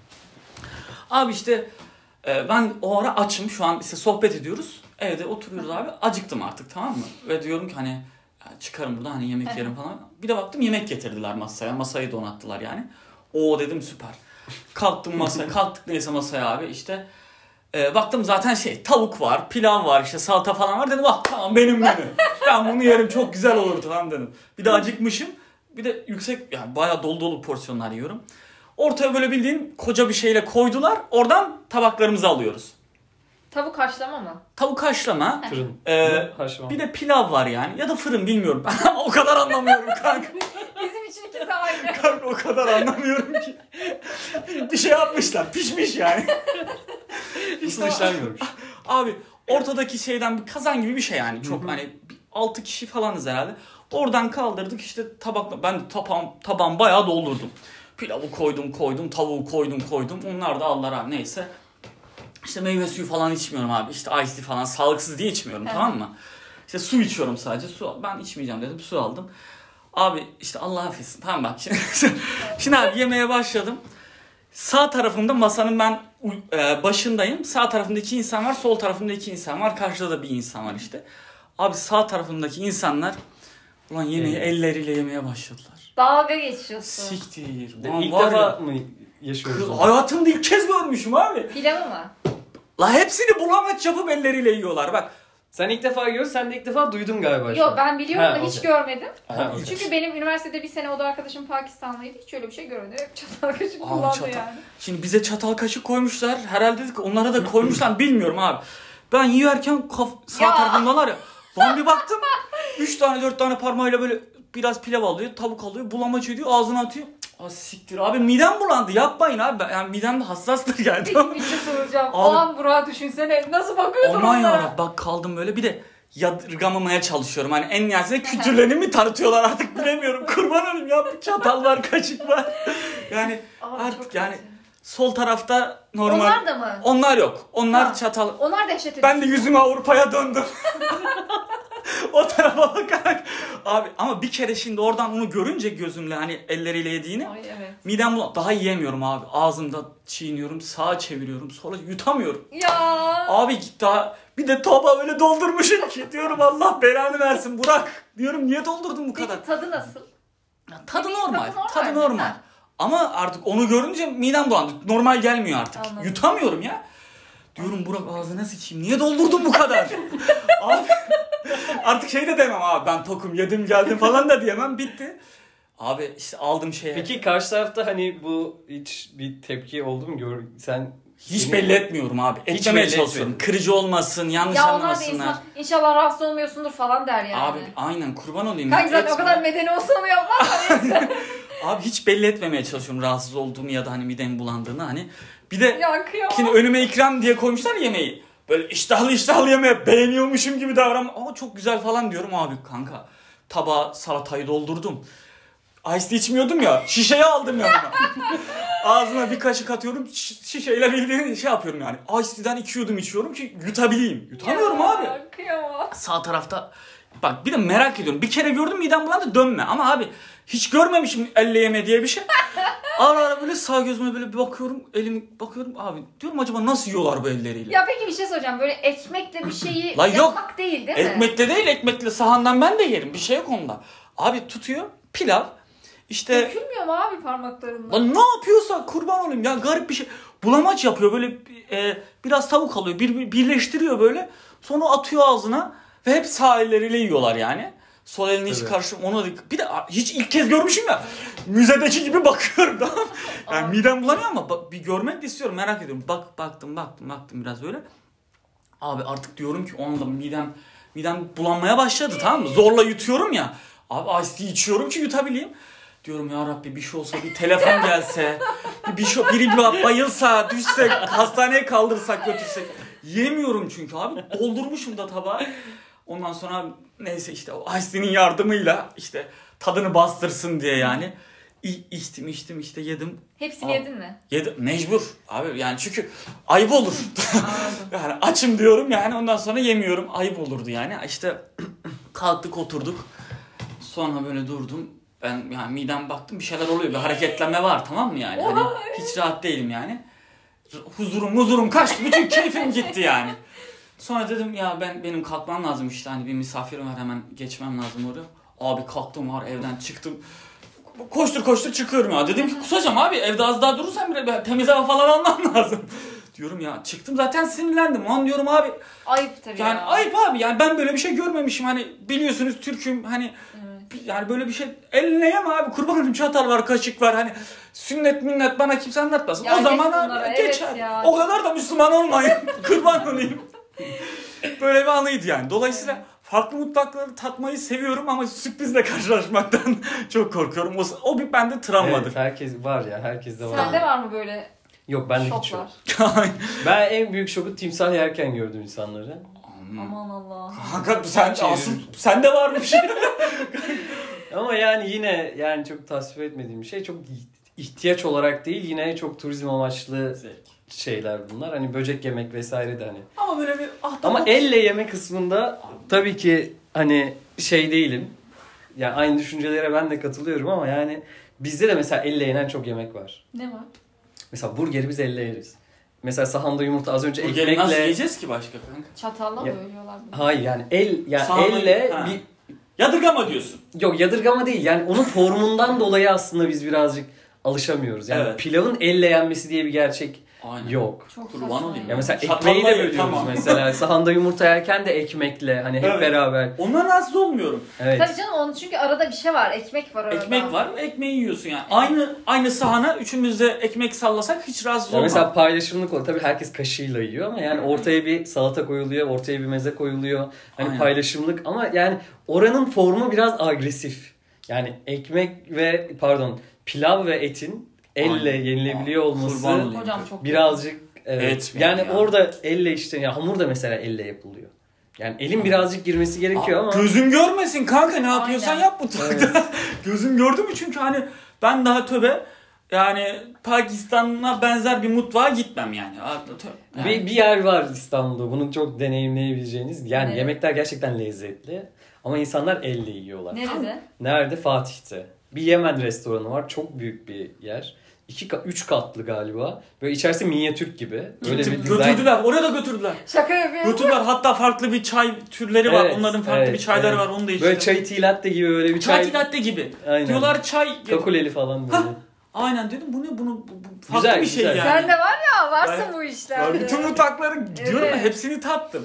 Abi işte e, ben o ara açım şu an işte sohbet ediyoruz. Evde oturuyoruz abi. Acıktım artık tamam mı? Ve diyorum ki hani ya çıkarım buradan hani yemek yerim falan. Bir de baktım yemek getirdiler masaya. Masayı donattılar yani. Oo dedim süper. Kalktım masaya. Kalktık neyse masaya abi işte. E, baktım zaten şey tavuk var, pilav var işte salata falan var. Dedim ah tamam benim menü. Ben bunu yerim çok güzel olur tamam dedim. Bir de acıkmışım. Bir de yüksek yani bayağı dolu dolu porsiyonlar yiyorum. Ortaya böyle bildiğin koca bir şeyle koydular. Oradan tabaklarımızı alıyoruz. Tavuk haşlama mı? Tavuk haşlama. Fırın. Ee, Haşlama. Bir de pilav var yani. Ya da fırın bilmiyorum. O kadar anlamıyorum kanka. Bizim için ikisi aynı. Kanka o kadar anlamıyorum ki. Bir şey yapmışlar. Pişmiş yani. Isıl işlenmiyormuş. Abi ortadaki şeyden bir kazan gibi bir şey yani. Çok hani altı kişi falanız herhalde. Oradan kaldırdık işte tabakla. Ben de tabağım, tabağım bayağı doldurdum. Pilavı koydum koydum. Tavuğu koydum koydum. Onlar da aldılar abi neyse. İşte meyve suyu falan içmiyorum abi. İşte ice tea falan sağlıksız diye içmiyorum tamam mı? İşte su içiyorum sadece. Su ben içmeyeceğim dedim. Su aldım. Abi işte Allah affetsin. Tamam bak şimdi. Şimdi abi yemeye başladım. Sağ tarafımda masanın ben başındayım. Sağ tarafımda iki insan var. Sol tarafımda iki insan var. Karşıda da bir insan var işte. Abi sağ tarafımdaki insanlar ulan yemeği Evet. elleriyle yemeye başladılar. Dalga geçiyorsun. Siktir. De, Ulan ilk var defa ya, mı yaşıyoruz? kız, onu? hayatımda ilk kez görmüşüm abi. Pilavı mı? La hepsini bulamaç yapıp elleriyle yiyorlar. Bak. Sen ilk defa gör, sen de ilk defa duydun galiba. şu Yok an. ben biliyorum Ha, da hiç okey. görmedim. Ha, okey. Çünkü benim üniversitede bir sene oda arkadaşım Pakistanlıydı. Hiç öyle bir şey görmedim. Hep çatal kaşık Aa, kullandı çatal. yani. Şimdi bize çatal kaşık koymuşlar. Herhalde dedik onlara da koymuşlar bilmiyorum abi. Ben yerken kaf- sağ Ya. tarafımdalar ya. Lan bir baktım. Üç tane dört tane parmağıyla böyle biraz pilav alıyor. Tavuk alıyor. Bulamaç ediyor. Ağzına atıyor. Cık, ah siktir abi midem bulandı. Yapmayın abi. Ben- Yani midem de hassastır yani. Peki bir şey soracağım. O Abi- an Burak'ı düşünsene. Nasıl bakıyordun Aman onlara? ya bak kaldım böyle bir de yadırgamamaya çalışıyorum. Hani en nihayetinde kültürlerini mi tanıtıyorlar artık bilemiyorum. Kurban olayım ya çatal var kaşık var. Yani Aa, artık çok yani kötü. sol tarafta normal. Onlar da mı? Onlar yok. Onlar Ha. çatal. Onlar dehşet edici. Ben de yüzümü Avrupa'ya döndüm. O tarafa bakarak. Abi ama bir kere şimdi oradan onu görünce gözümle hani elleriyle yediğini. Ay evet. Midem bulan. Daha yiyemiyorum abi. Ağzımda çiğniyorum. Sağa çeviriyorum. Sonra yutamıyorum. Ya. Abi git daha bir de tabağı öyle doldurmuşum ki. Diyorum Allah belanı versin Burak. Diyorum niye doldurdun bu kadar? Peki tadı nasıl? Ya, tadı Yemeğin normal. tadı normal Tadı mi? normal. Ha. Ama artık onu görünce midem bulandı. Normal gelmiyor artık. Anladım. Yutamıyorum ya. Diyorum Burak ağzına sıçayım. Niye doldurdun bu kadar? Abi artık şey de demem abi ben tokum yedim geldim falan da diyemem bitti. Abi işte aldım şeye. Peki karşı tarafta hani bu hiç bir tepki oldu mu? Gör, sen hiç seni- belli etmiyorum abi. Hiç Etmemeye belli çalışıyorum. etmiyorum. Kırıcı olmasın, yanlış Ya onlar da anlamasınlar. insan inşallah rahatsız olmuyorsundur falan der yani. Abi aynen kurban olayım. Kanki zaten o Etme. kadar medeni olsa onu yapmaz da neyse. Abi hiç belli etmemeye çalışıyorum rahatsız olduğumu ya da hani midem bulandığını hani. Bir de Ya kıyamam. şimdi önüme ikram diye koymuşlar yemeği. Böyle iştahlı iştahlı yemeğe beğeniyormuşum gibi davran. Aa çok güzel falan diyorum abi kanka. tabağa salatayı doldurdum. Ice içmiyordum ya. Şişeyi aldım yanıma. Ağzıma bir kaşık atıyorum. Şişeyle bildiğin şey yapıyorum yani. Ice Tea'den iki yudum içiyorum ki yutabileyim. Yutamıyorum ya, abi. Kıyamam. Sağ tarafta bak bir de merak ediyorum. Bir kere gördüm midem bulandı dönme. Ama abi hiç görmemişim elle yeme diye bir şey. Ara ara böyle sağ gözüme böyle bir bakıyorum. Elimi bakıyorum abi. Diyorum acaba nasıl yiyorlar bu elleriyle? Ya peki bir şey soracağım. Böyle ekmekle bir şeyi La yok. yapmak değil değil mi? Ekmekle değil ekmekle sahandan ben de yerim. Bir şey yok onda. Abi tutuyor pilav. İşte Dökülmüyor mu abi parmaklarından? lan ne yapıyorsa kurban olayım ya garip bir şey. Bulamaç yapıyor böyle e, biraz tavuk alıyor bir, bir- birleştiriyor böyle. Sonra atıyor ağzına ve hep sağ elleriyle yiyorlar yani. Sol elini hiç Evet. karışım ona da bir de hiç ilk kez görmüşüm ya. Müzedeki gibi bakıyorum tamam mı? Yani Abi. midem bulanıyor ama bak- bir görmek de istiyorum merak ediyorum. Bak baktım baktım baktım biraz böyle. Abi artık diyorum ki o anda midem midem bulanmaya başladı tamam mı? Zorla yutuyorum ya. Abi ice tea içiyorum ki yutabileyim. Diyorum ya Rabbi bir şey olsa bir telefon gelse. Bir, bir şey, biri bir bayılsa, düşse, hastaneye kaldırsak götürsek. Yemiyorum çünkü abi. Doldurmuşum da tabağı. Ondan sonra neyse işte o ice tea'nin yardımıyla işte tadını bastırsın diye yani. İ- içtim içtim işte yedim. Hepsini Abi. yedin mi? Yedim mecbur abi yani çünkü ayıp olur. Anladım. Yani açım diyorum yani ondan sonra yemiyorum ayıp olurdu yani. İşte kalktık oturduk. Sonra böyle durdum. Ben yani midem baktım bir şeyler oluyor. Bir hareketlenme var tamam mı yani? Hani hiç rahat değilim yani. Huzurum huzurum kaçtı. Bütün keyfim gitti yani. Sonra dedim ya ben benim kalkmam lazım işte hani bir misafirim var hemen geçmem lazım oraya. Abi kalktım var evden çıktım. Koştur koştur çıkıyorum ya. Dedim ki kusacağım abi evde az daha durursam bile temiz hava falan almam lazım. Diyorum ya çıktım zaten sinirlendim. Lan diyorum abi Ayıp tabii yani ya. ayıp abi yani ben böyle bir şey görmemişim hani biliyorsunuz Türk'üm hani Evet. yani böyle bir şey eline yeme abi kurban olayım çatal var kaşık var hani sünnet minnet bana kimse anlatmasın. Ya o zaman geç bunlara, abi evet geçer. ya. O kadar da Müslüman olmayın kurban olayım. Böyle bir anıydı yani. Dolayısıyla farklı mutfakları tatmayı seviyorum ama sürprizle karşılaşmaktan çok korkuyorum. O, o bir bende travmadır. Evet, herkes var ya, herkes de var. Sende var mı böyle Yok bende hiç yok. şoklar? Ben en büyük şoku timsah yerken gördüm insanları. Aman Allah. Hakikat sen Çevirir. asıl sende var bir şey. Ama yani yine yani çok tasvip etmediğim bir şey. Çok ihtiyaç olarak değil yine çok turizm amaçlı şeyler bunlar. Hani böcek yemek vesaire de hani. Ama böyle bir ahtapot. Ama elle yeme kısmında tabii ki hani şey değilim. Yani aynı düşüncelere ben de katılıyorum ama yani bizde de mesela elle yenen çok yemek var. Ne var? Mesela burgeri biz elle yeriz. Mesela sahanda yumurta az önce Burgeri ekmekle... nasıl yiyeceğiz ki başka kanka? Çatalla mı Ya- ölüyorlar bunu? Hayır yani el yani Sahanda- elle Ha. bir Yadırgama diyorsun. yok yadırgama değil. Yani onun formundan dolayı aslında biz birazcık alışamıyoruz. Yani Evet. pilavın elle yenmesi diye bir gerçek Aynen. yok. Çok Kurban saçma olayım. Ya mesela Çatalla ekmeği de ye, bölüyoruz tamam. mesela. Sahanda yumurta yerken de ekmekle hani hep Evet. beraber. Ondan rahatsız olmuyorum. Evet. Tabii canım onun çünkü arada bir şey var. Ekmek var arada. Ekmek var, ekmeği yiyorsun yani. Aynı aynı sahana üçümüz de ekmek sallasak hiç rahatsız Ya olmam. mesela paylaşımlık oluyor. Tabii herkes kaşığıyla yiyor ama yani ortaya bir salata koyuluyor, ortaya bir meze koyuluyor. Hani Aynen. paylaşımlık ama yani oranın formu biraz agresif. Yani ekmek ve pardon pilav ve etin elle Aynen. yenilebiliyor olması Kurban olayım. Hocam çok birazcık evet. Evet, yani ya. orada elle işte ya hamur da mesela elle yapılıyor. Yani elin birazcık girmesi gerekiyor ama Gözün görmesin kanka ne yapıyorsan Aynen. yap mutfakta. Gözün gördü mü çünkü hani ben daha töbe yani Pakistan'a benzer bir mutfağa gitmem yani. Abi, tövbe. Yani bir, bir yer var İstanbul'da bunu çok deneyimleyebileceğiniz. Yani Nerede? yemekler gerçekten lezzetli ama insanlar elle yiyorlar. Nerede? Nerede? Fatih'te. Bir Yemen restoranı var. Çok büyük bir yer. İki, ka- üç katlı galiba. Böyle içerisi minyatür gibi. Öyle bir dizayn. götürdüler oraya da götürdüler. Şaka yapıyorum. Götürdüler hatta farklı bir çay türleri var. Evet, Onların farklı evet, bir çayları evet. var onu da içtim. Böyle çay tea latte gibi böyle bir çay. Çay latte gibi. Aynen. Diyorlar çay. Kakuleli falan böyle. Aynen dedim bu ne bunu bu, bu farklı Güzel, bir şey güzel. yani. Sen de var ya varsın Ben- bu Ya işlerde. bütün mutfakları diyorum ya Evet. hepsini tattım.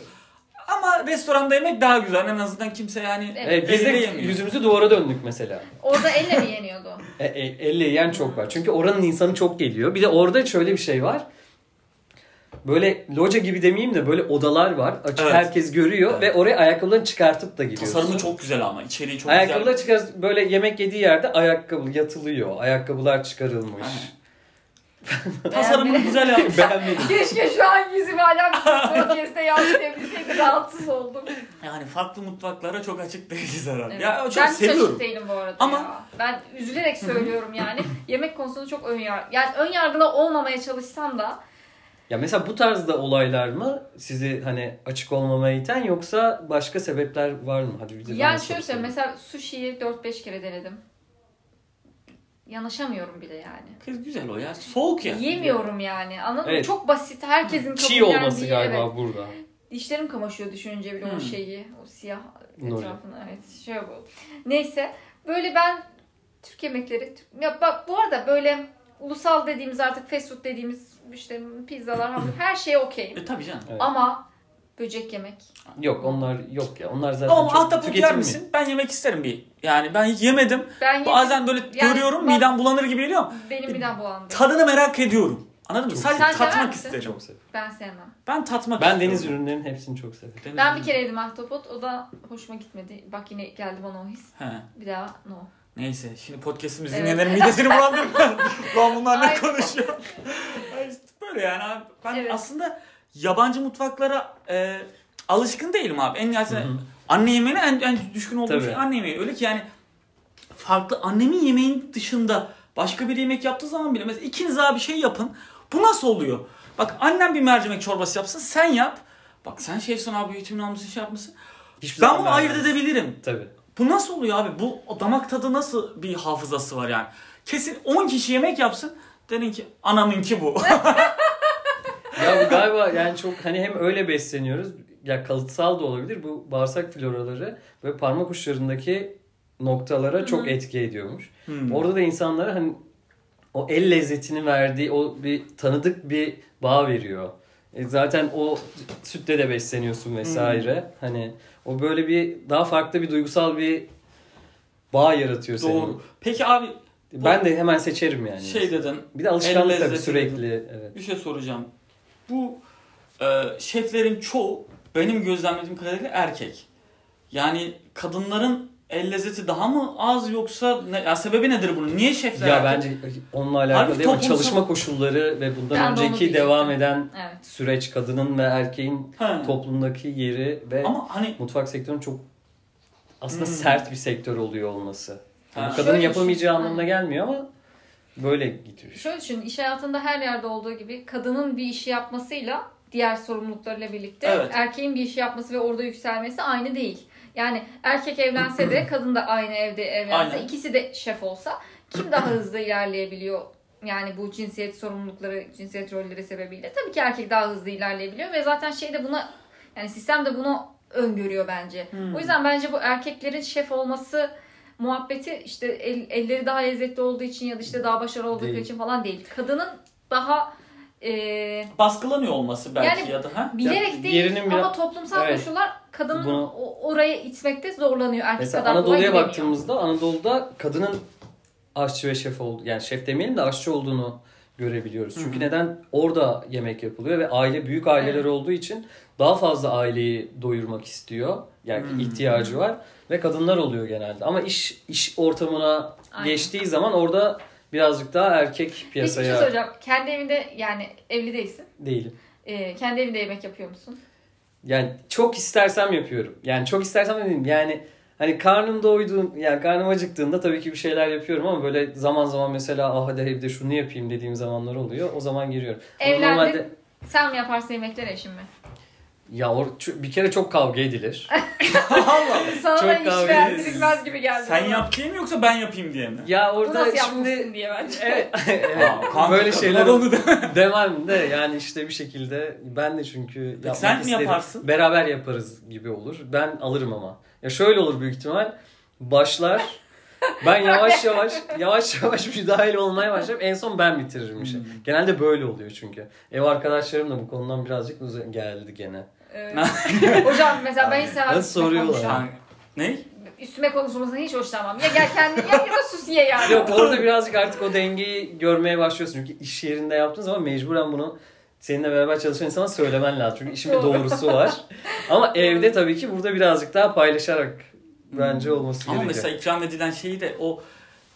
Ama restoranda yemek daha güzel en azından kimse yani Evet. Evet, biz de elle yemiyor. yüzümüzü duvara döndük mesela. Orada elle mi yeniyordu? E, e, elle yiyen çok var. Çünkü oranın insanı çok geliyor. Bir de orada şöyle bir şey var. Böyle loca gibi demeyeyim de böyle odalar var. Açık Evet. herkes görüyor Evet. ve oraya ayakkabılarını çıkartıp da giriyorsun. Tasarımı çok güzel ama içeriği çok Ayakkabılar güzel. çıkar böyle yemek yediği yerde ayakkabı yatılıyor. Ayakkabılar çıkarılmış. Aynen. Tasarımını güzel yapmış. Beğenmedim. Keşke şu an yüzüm hala podcast'te yansıtabilseydi, rahatsız oldum. Yani farklı mutfaklara çok açık değiliz herhalde. Evet. Ya çok ben hiç seviyorum. açık değilim bu arada Ama- ya. Ben üzülerek söylüyorum yani. Yemek konusunda çok ön yargı. Yani ön yargılı olmamaya çalışsam da Ya mesela bu tarzda olaylar mı sizi hani açık olmamaya iten yoksa başka sebepler var mı? Hadi bir de yani bana şöyle sor. söyleyeyim, mesela sushi'yi dört beş kere denedim. Yanaşamıyorum bile yani. Kız güzel o ya. Soğuk ya. Yemiyorum yani. Anladın mı? Evet. Çok basit. Herkesin Çiğ kabullendiği. olması galiba Evet. burada. Dişlerim kamaşıyor düşününce bile Hmm. o şeyi. O siyah Nuri. etrafını. Evet. Şey bu. Neyse. Böyle ben Türk yemekleri... Ya bak bu arada böyle ulusal dediğimiz, artık fast food dediğimiz işte pizzalar, hamburger, her şeye okeyim. E tabii canım. Evet. Ama böcek yemek. Yok onlar yok ya. Onlar zaten Ama çok ahtapot yer tüketilmiyor. misin? Ben yemek isterim bir. Yani ben hiç yemedim. Ben yedim. Bazen böyle Yani görüyorum, ben- midem bulanır gibi geliyor ama Benim midem bulandı. tadını merak ediyorum. Anladın mı? Çok Sadece Sen sever tatmak misin? isterim. Çok seviyorum. Ben sevmem. Ben tatmak Ben istiyorum. deniz ürünlerinin hepsini çok severim. Deniz Ben ürünü. bir kere yedim ahtapot. O da hoşuma gitmedi. Bak yine geldi bana o his. He. Bir daha no. Neyse şimdi podcast'imizi Evet. dinleyenlerin midesini bulandırmayalım. Lan bunlar ne Aynen. konuşuyor? Ay işte böyle yani abi. Ben Evet. aslında yabancı mutfaklara e, alışkın değilim abi. En nihayetinde Hı hı. anne yemeğine en, en düşkün olduğum Tabii. şey anne yemeği. Öyle ki yani farklı annemin yemeğin dışında başka bir yemek yaptığı zaman bile mesela ikiniz abi bir şey yapın. Bu nasıl oluyor? Bak annem bir mercimek çorbası yapsın, sen yap. Bak sen şefsin abi, eğitimini almışsın, şey yapmışsın. Hiçbir Ben zaman bunu ayırt beğenmez. edebilirim. Tabii. Bu nasıl oluyor abi? Bu o damak tadı nasıl bir hafızası var yani? Kesin on kişi yemek yapsın. Derin ki anamınki bu. Ya bu galiba yani çok hani hem öyle besleniyoruz. Ya kalıtsal da olabilir. Bu bağırsak floraları ve parmak uçlarındaki noktalara çok Hı hı. etki ediyormuş. Hmm. Orada da insanlara hani o el lezzetini verdiği o bir tanıdık bir bağ veriyor. E zaten o sütle de besleniyorsun vesaire. Hani o böyle bir daha farklı bir duygusal bir bağ yaratıyor senin. Doğru. Peki abi Ben de hemen seçerim yani. şey dedin. Bir de alışkanlık el tabii lezzeti sürekli. Evet. Bir şey soracağım. Bu e, şeflerin çoğu benim gözlemlediğim kadarıyla erkek. Yani kadınların el lezzeti daha mı az yoksa ne, ya sebebi nedir bunun? Niye şefler Ya erkek? bence onunla alakalı Harbi değil ama toplumsal- çalışma koşulları ve bundan Ben de onu önceki diyecektim. devam eden Evet. süreç kadının ve erkeğin He. toplumdaki yeri ve Ama hani mutfak sektörünün çok aslında Hmm. sert bir sektör oluyor olması. Yani Ha. bu kadının Şöyle yapamayacağı düşün. anlamına gelmiyor ama böyle gidiyor. Şöyle düşün, iş hayatında her yerde olduğu gibi kadının bir işi yapmasıyla diğer sorumluluklarıyla birlikte Evet. erkeğin bir işi yapması ve orada yükselmesi aynı değil. Yani erkek evlense de kadın da aynı evde evlense, Aynen. ikisi de şef olsa kim daha hızlı ilerleyebiliyor? Yani bu cinsiyet sorumlulukları, cinsiyet rolleri sebebiyle tabii ki erkek daha hızlı ilerleyebiliyor ve zaten şey de buna, yani sistem de bunu öngörüyor bence. Hmm. O yüzden bence bu erkeklerin şef olması muhabbeti işte el- elleri daha lezzetli olduğu için ya da işte daha başarılı olduğu Değil. için falan değil. Kadının daha e, baskılanıyor olması belki Yani- ya da ha? bilerek Ya, değil yerinin ama biraz- toplumsal Evet. koşullar kadının Bunu- o- oraya itmekte zorlanıyor. Erkek Mesela kadar kolay Anadolu'ya gidemiyor. baktığımızda Anadolu'da kadının aşçı ve şef oldu, yani şef demeyelim de aşçı olduğunu görebiliyoruz. Çünkü Hı hı. neden? Orada yemek yapılıyor ve aile büyük aileler Evet. olduğu için daha fazla aileyi doyurmak istiyor. Yani Hmm. ihtiyacı var ve kadınlar oluyor genelde. Ama iş iş ortamına Aynen. geçtiği zaman orada birazcık daha erkek Peki bir piyasaya şey soracağım. Kendi evinde, yani evli değilsin. değilim. E, kendi evinde yemek yapıyor musun? Yani çok istersem yapıyorum. Yani çok istersem dedim yani hani karnım doyduğun, yani karnım acıktığında tabii ki bir şeyler yapıyorum ama böyle zaman zaman mesela ah hadi evde şunu yapayım dediğim zamanlar oluyor. O zaman giriyorum. Ama Evlendin. normalde Sen mi yaparsın yemekler, eşin mi? ya or, ç- bir kere çok kavga edilir. Allah. Sana Çok da iş kahve verdirilmez gibi geldi. Sen bana. yap diye mi yoksa ben yapayım diye mi? Ya Bu orada nasıl yapmışsın şimdi diye bence. evet, evet. Aa, kanka, böyle kadına şeyler da onu de. demem de yani işte bir şekilde ben de çünkü yapmak sen mi isterim. yaparsın? Beraber yaparız gibi olur. Ben alırım ama. Ya şöyle olur büyük ihtimal. Başlar. Ben yavaş yavaş yavaş yavaş müdahil olmaya başlarım. En son ben bitiririm işi. Hmm. Genelde böyle oluyor çünkü. Ev arkadaşlarım da bu konudan birazcık uzak geldi gene. Evet. Hocam mesela ben hiç sevmem. Nasıl soruyorlar? konuşan. Ha, ne? Üstüme konuşulmasını hiç hoşlanmam. Ya gel kendin yap ya da sus ye yani. Yok orada birazcık artık o dengeyi görmeye başlıyorsun. Çünkü iş yerinde yaptığın zaman mecburen bunu seninle beraber çalışan insana söylemen lazım. Çünkü işin bir Doğru. doğrusu var. Ama evde tabii ki burada birazcık daha paylaşarak bence olması Ama gerekiyor. mesela ikram edilen şeyi de o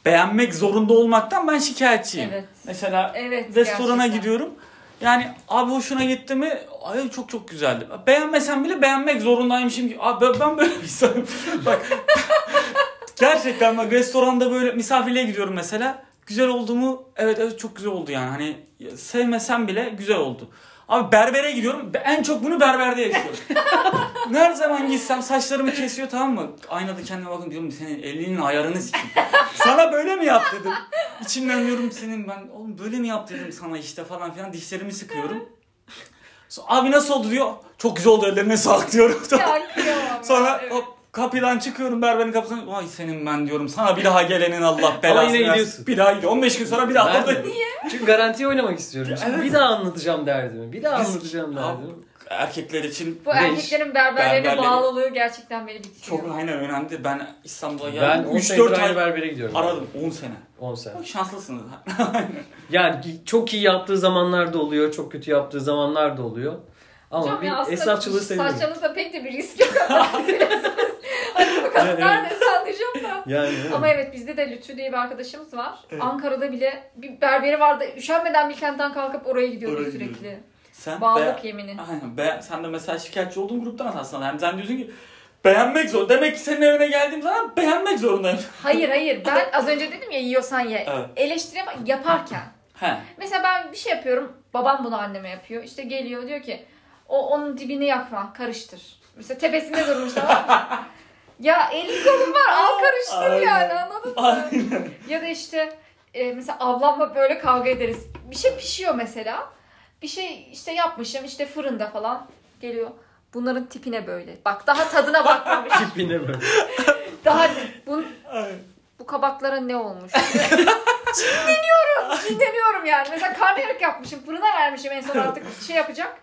beğenmek zorunda olmaktan ben şikayetçiyim. Evet. Mesela Evet, restorana gerçekten. gidiyorum. Yani abi hoşuna gitti mi? Ay çok çok güzeldi. Beğenmesem bile beğenmek zorundaymışım ki. Abi ben- ben böyle bir insanım. Bak gerçekten bak restoranda böyle misafirliğe gidiyorum mesela. Güzel oldu mu? Evet evet çok güzel oldu yani. Hani sevmesem bile güzel oldu. Abi berbere gidiyorum. En çok bunu berberde yaşıyorum. Her zaman gitsem saçlarımı kesiyor, tamam mı? Aynada kendime bakın diyorum, senin elinin ayarını sikeyim. Sana böyle mi yap dedim. İçimden diyorum senin ben oğlum böyle mi yap dedim sana işte falan filan, dişlerimi sıkıyorum. Sonra, abi nasıl oldu diyor. Çok güzel oldu, ellerine sağlık diyorum. Ya, kıyamam Sonra ya, evet. hop, kapıdan çıkıyorum, berberin kapısına. Vay senin ben diyorum. Sana bir daha gelenin Allah belasını yine versin. gidiyorsun. Bir daha gidiyor. on beş gün sonra bir daha Ben de. buradayım. Çünkü garantiye oynamak istiyorum. Şimdi Evet. bir daha anlatacağım derdimi. Bir daha Biz- anlatacağım Abi, derdimi. erkekler için Bu Beş. erkeklerin berberlerine Berberleri- bağlılığı gerçekten beni bitiyor. çok aynen önemli. Ben İstanbul'a Ben geldim. on üç senedir dört aynı ay berbere gidiyorum. aradım. on sene. on sene. Çok şanslısınız. Yani çok iyi yaptığı zamanlar da oluyor, çok kötü yaptığı zamanlar da oluyor. Ama Hocam bir ya aslında esnafçılığı seviyorum. saçlarınızda pek de bir risk yok. Hani bu kadar Evet, neredeyse anlayacağım da. Yani evet. Ama evet bizde de Lütfü diye bir arkadaşımız var. Evet. Ankara'da bile bir berberi vardı. Üşenmeden Bilkent'ten kalkıp oraya gidiyordu Oraya sürekli. gidiyordu. Sen Bağlılık be- yemini. Aynen. Be- sen de mesela şikayetçi olduğun gruptan aslında. Yani sen diyorsun ki beğenmek zor. Demek ki senin evine geldiğim zaman beğenmek zorundayım. Hayır hayır ben az önce dedim ya yiyorsan ye. Evet. Eleştirem yaparken. He. Mesela ben bir şey yapıyorum. Babam bunu anneme yapıyor. İşte geliyor diyor ki o onun dibini yakma karıştır. Mesela tepesinde durmuş tamam mı? Ya elin kolun var al karıştır Aynen. yani anladın mı? Aynen. Ya da işte e, mesela ablamla böyle kavga ederiz. Bir şey pişiyor mesela. Bir şey işte yapmışım işte fırında falan geliyor. Bunların tipine böyle. Bak daha tadına bakmamış. Tipine böyle. Daha bu, Aynen. bu kabaklara ne olmuş? Cinleniyorum. Cinleniyorum yani. Mesela karnıyarık yapmışım. Fırına vermişim en son artık şey yapacak.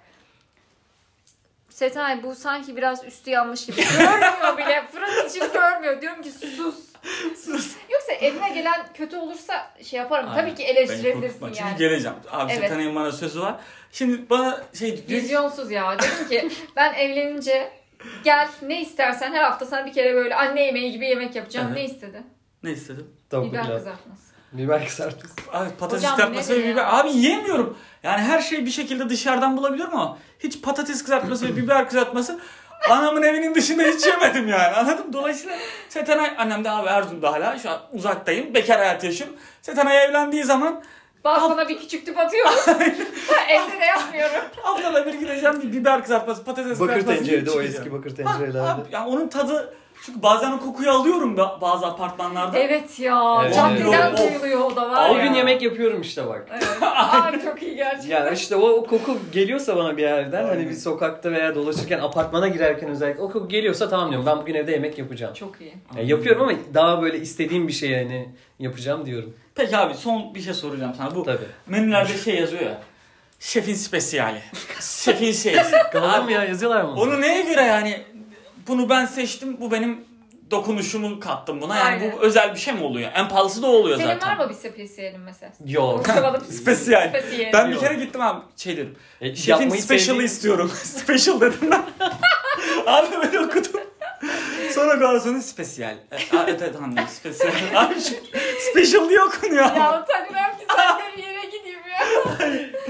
Setenay bu sanki biraz üstü yanmış gibi. Görmüyor bile. Fırın içini görmüyor. Diyorum ki sus. Sus. Yoksa evime gelen kötü olursa şey yaparım. Aynen. Tabii ki Beni eleştirebilirsin korkutma. yani. Çünkü geleceğim. Abi Evet. Setenay'ın bana sözü var. Şimdi bana şey diyor ki, Vizyonsuz ya. Dedim ki ben evlenince gel ne istersen her hafta sana bir kere böyle anne yemeği gibi yemek yapacağım. Evet. Ne istedi? ne istedim? Tavuk Biber pilav. kızartması. Biber kızartması. Abi patates Hocam, kızartması ne ve diyor biber. ya? Abi yiyemiyorum. Yani her şeyi bir şekilde dışarıdan bulabiliyorum ama hiç patates kızartması ve biber kızartması anamın evinin dışında hiç yemedim yani. Anladın mı? Dolayısıyla Setenay annem de abi Erzurum'da hala. Şu an uzaktayım. Bekar hayatı yaşıyorum. Setenay evlendiği zaman Balkona bir küçük tüp atıyorum. Evde de yapmıyorum. ablalar bir gideceğim bir biber kızartması, patates Bakır kızartması. tencerede o yiyip eski çıkacağım. bakır Ha, tencerelerde. abi, yani onun tadı, çünkü bazen o kokuyu alıyorum ba- bazı apartmanlarda. Evet ya. Evet, Caddeden evet. duyuluyor o da var O ya. gün yemek yapıyorum işte bak. Evet. Abi çok iyi gerçekten. Yani işte o, o koku geliyorsa bana bir yerden, hani bir sokakta veya dolaşırken, apartmana girerken özellikle o koku geliyorsa tamam diyorum, ben bugün evde yemek yapacağım. Çok iyi. Yani yapıyorum ama daha böyle istediğim bir şey hani yapacağım diyorum. Peki abi son bir şey soracağım sana. Bu Tabii. menülerde şey yazıyor ya. Şefin spesiyali. Şefin şeysi. Kaldım ya, yazıyorlar mı? Onu neye göre yani? Bunu ben seçtim. Bu benim dokunuşumu kattım buna. Yani Aynen. bu özel bir şey mi oluyor? En pahalısı da o oluyor Senin zaten. var mı bir spesiyelin mesela? Yok. Konuşamadım. Spesiyel. Spesiyel. Ben bir Yok. kere gittim abi şey dedim. E, Şefin yapmayı special'ı sevdiğim- istiyorum. Special dedim ben. Abi böyle okudum. Sonra garsonun spesiyel. E, a- evet evet anladım spesiyel. Abi şu special diye okunuyor. Ya utanıyorum ki sen de bir yere gideyim ya.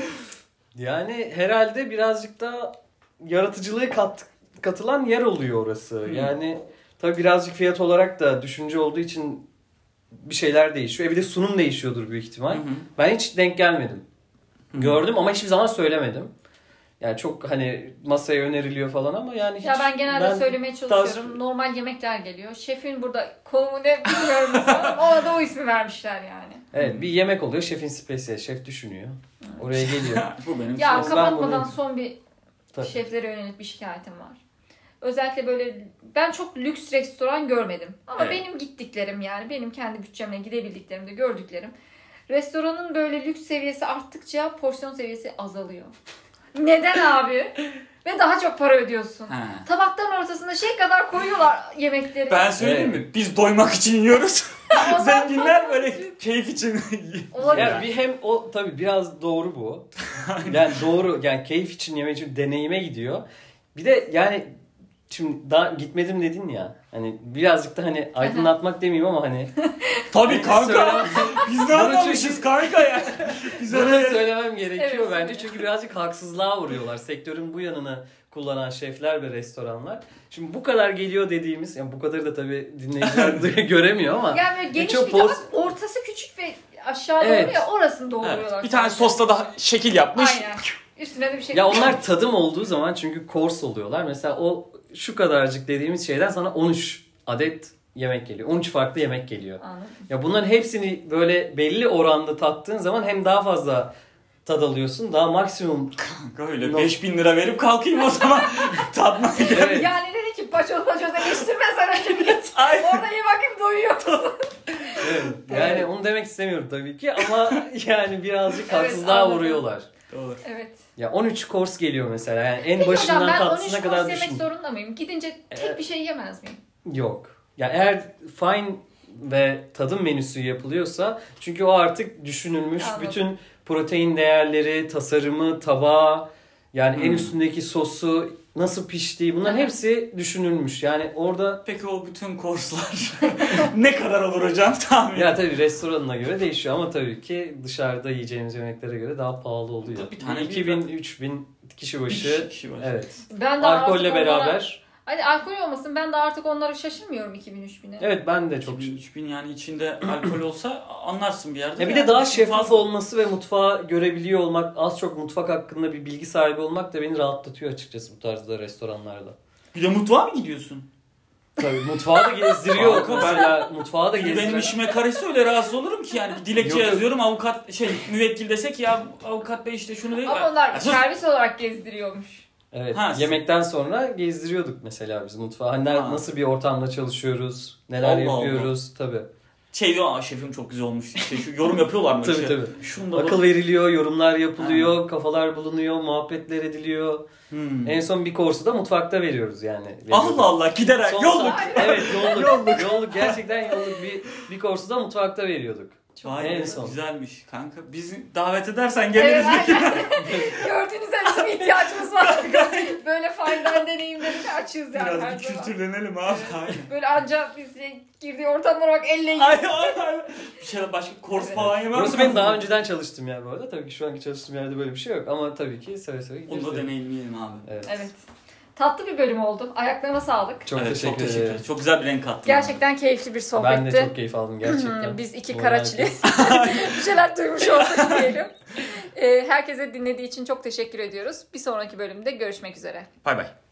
Yani herhalde birazcık da yaratıcılığı kat, katılan yer oluyor orası. Hmm. Yani tabii birazcık fiyat olarak da düşünce olduğu için bir şeyler değişiyor. E bir de sunum değişiyordur büyük ihtimal. Hı hı. Ben hiç denk gelmedim. Hı. Gördüm ama hiçbir zaman söylemedim. Yani çok hani masaya öneriliyor falan ama yani hiç... Ya ben genelde söylemeye çalışıyorum. daha- Normal yemekler geliyor. Şefin burada konumu ne bilmiyorum mesela. Ona da o ismi vermişler yani. Evet, bir yemek oluyor, şefin spesiyel. Şef düşünüyor. Oraya geliyor. Bu benim Ya Ben kapatmadan bunu- son bir Tabii. şeflere yönelik bir şikayetim var. Özellikle böyle ben çok lüks restoran görmedim. Ama Evet. benim gittiklerim yani benim kendi bütçemle gidebildiklerimde gördüklerim. Restoranın böyle lüks seviyesi arttıkça porsiyon seviyesi azalıyor. Neden abi? Ve daha çok para ödüyorsun. Ha. Tabakların ortasında şey kadar koyuyorlar yemekleri. Ben söyleyeyim mi? Biz doymak için yiyoruz. Zenginler böyle keyif için Olabilir. Yani bir hem o tabii biraz doğru bu. Yani doğru, yani keyif için, yemek için deneyime gidiyor. Bir de yani şimdi daha gitmedim dedin ya. Hani birazcık da hani aydınlatmak demeyeyim ama hani Tabii kanka. Söylemem- Biz ne Bunu anlamışız çünkü- kanka ya. Biz Bunu öyle söylemem gerekiyor Evet. bence çünkü birazcık haksızlığa uğruyorlar. Sektörün bu yanını kullanan şefler ve restoranlar. Şimdi bu kadar geliyor dediğimiz, yani bu kadarı da tabii dinleyiciler de göremiyor ama. Yani böyle geniş çok bir tabak, poz- ortası küçük ve aşağı Evet. doğru ya orasını doğruyorlar. Evet, bir tane sadece. sosta da şekil yapmış. Aynen. Üstüne de bir şey. Ya onlar tadım olduğu zaman çünkü course oluyorlar. Mesela o şu kadarcık dediğimiz şeyden sana on üç adet yemek geliyor. on üç farklı yemek geliyor. Anladım. Ya bunların hepsini böyle belli oranda tattığın zaman hem daha fazla tad alıyorsun, daha maksimum. Kanka öyle No. beş bin lira verip kalkayım o zaman. Tatmaya gel. Evet. Yani dedi ki paçoz paçoz eleştirme sen önce git. Ay. Orada iyi bakayım doyuyor. Evet. Yani onu demek istemiyorum tabii ki ama yani birazcık Evet, haksızlığa anladım. vuruyorlar. Doğru. Evet. Ya on üç course geliyor mesela. Yani en Peki başından hocam ben on üç tatlısına kadar course yemek düşün. zorunda mıyım? Gidince tek Evet. bir şey yemez miyim? Yok. Ya eğer fine ve tadım menüsü yapılıyorsa çünkü o artık düşünülmüş. Anladım. Bütün protein değerleri, tasarımı, tabağı, yani en Hmm. üstündeki sosu, nasıl piştiği bunların Hı hı. hepsi düşünülmüş. Yani orada Peki o bütün kurslar ne kadar olur hocam tahmin? ya tabii restoranına göre değişiyor ama tabii ki dışarıda yiyeceğimiz yemeklere göre daha pahalı oluyor. Tabii bir tane bir- iki bin üç bin kişi Bir başı. kişi başı. Evet. Ben de Alkolle artık onlara- beraber. Hadi alkol olmasın ben de artık onlara şaşırmıyorum iki bin üç bine. Evet ben de çok. iki bin, üç bin yani içinde alkol olsa anlarsın bir yerde. Ya bir yani. de daha şeffaf Fazla. olması ve mutfağı görebiliyor olmak, az çok mutfak hakkında bir bilgi sahibi olmak da beni rahatlatıyor açıkçası bu tarzda restoranlarda. Bir de mutfağa mı gidiyorsun? Tabii mutfağı da gezdiriyor. Kanka ben- Mesela mutfağı da Benim gezdiriyor. işime karışsa öyle rahatsız olurum ki yani bir dilekçe Yok, yok. yazıyorum avukat şey müvekkil desek ya avukat bey işte şunu değil. Ama onlar Ya sus. servis olarak gezdiriyormuş. Evet. Ha, Yemekten sonra gezdiriyorduk mesela biz mutfağı. Hani Ha. nasıl bir ortamda çalışıyoruz, neler Allah yapıyoruz tabii. Şey diyor aa şefim çok güzel olmuş işte şu yorum yapıyorlar mı? Tabii, işte? tabii. Şunu da Akıl veriliyor, yorumlar yapılıyor, kafalar bulunuyor, muhabbetler ediliyor. Hmm. En son bir kursu da mutfakta veriyoruz yani. Allah Allah gider Son- yolluk. Evet yolluk. yolluk. Gerçekten yolluk. Bir, bir kursu da mutfakta veriyorduk. Vay En be, son. güzelmiş kanka. Bizi davet edersen geliriz. Evet, aynen. Gördüğünüz gibi bizim ihtiyacımız var. Böyle faydalı deneyimlerini açığız yani. her Biraz bir zaman. kültürlenelim abi. Böyle ancak biz girdiği ortamlara bak elle yiyor. Ay ay ay. Bir şey başka kors Evet. falan yemem. Burası benim daha önceden çalıştığım yer bu arada. Tabii ki şu anki çalıştığım yerde böyle bir şey yok. Ama tabii ki seve seve gideriz. Onu da deneyimleyelim abi. Evet. Evet. Tatlı bir bölüm oldu. Ayaklarına sağlık. Çok Evet, teşekkür çok teşekkür ederim. ederim. Çok güzel bir renk kattın. Gerçekten keyifli bir sohbetti. Ben de çok keyif aldım gerçekten. Biz iki Umarım karaçili herkes- bir şeyler duymuş olduk diyelim. Ee, herkese dinlediği için çok teşekkür ediyoruz. Bir sonraki bölümde görüşmek üzere. Bay bay.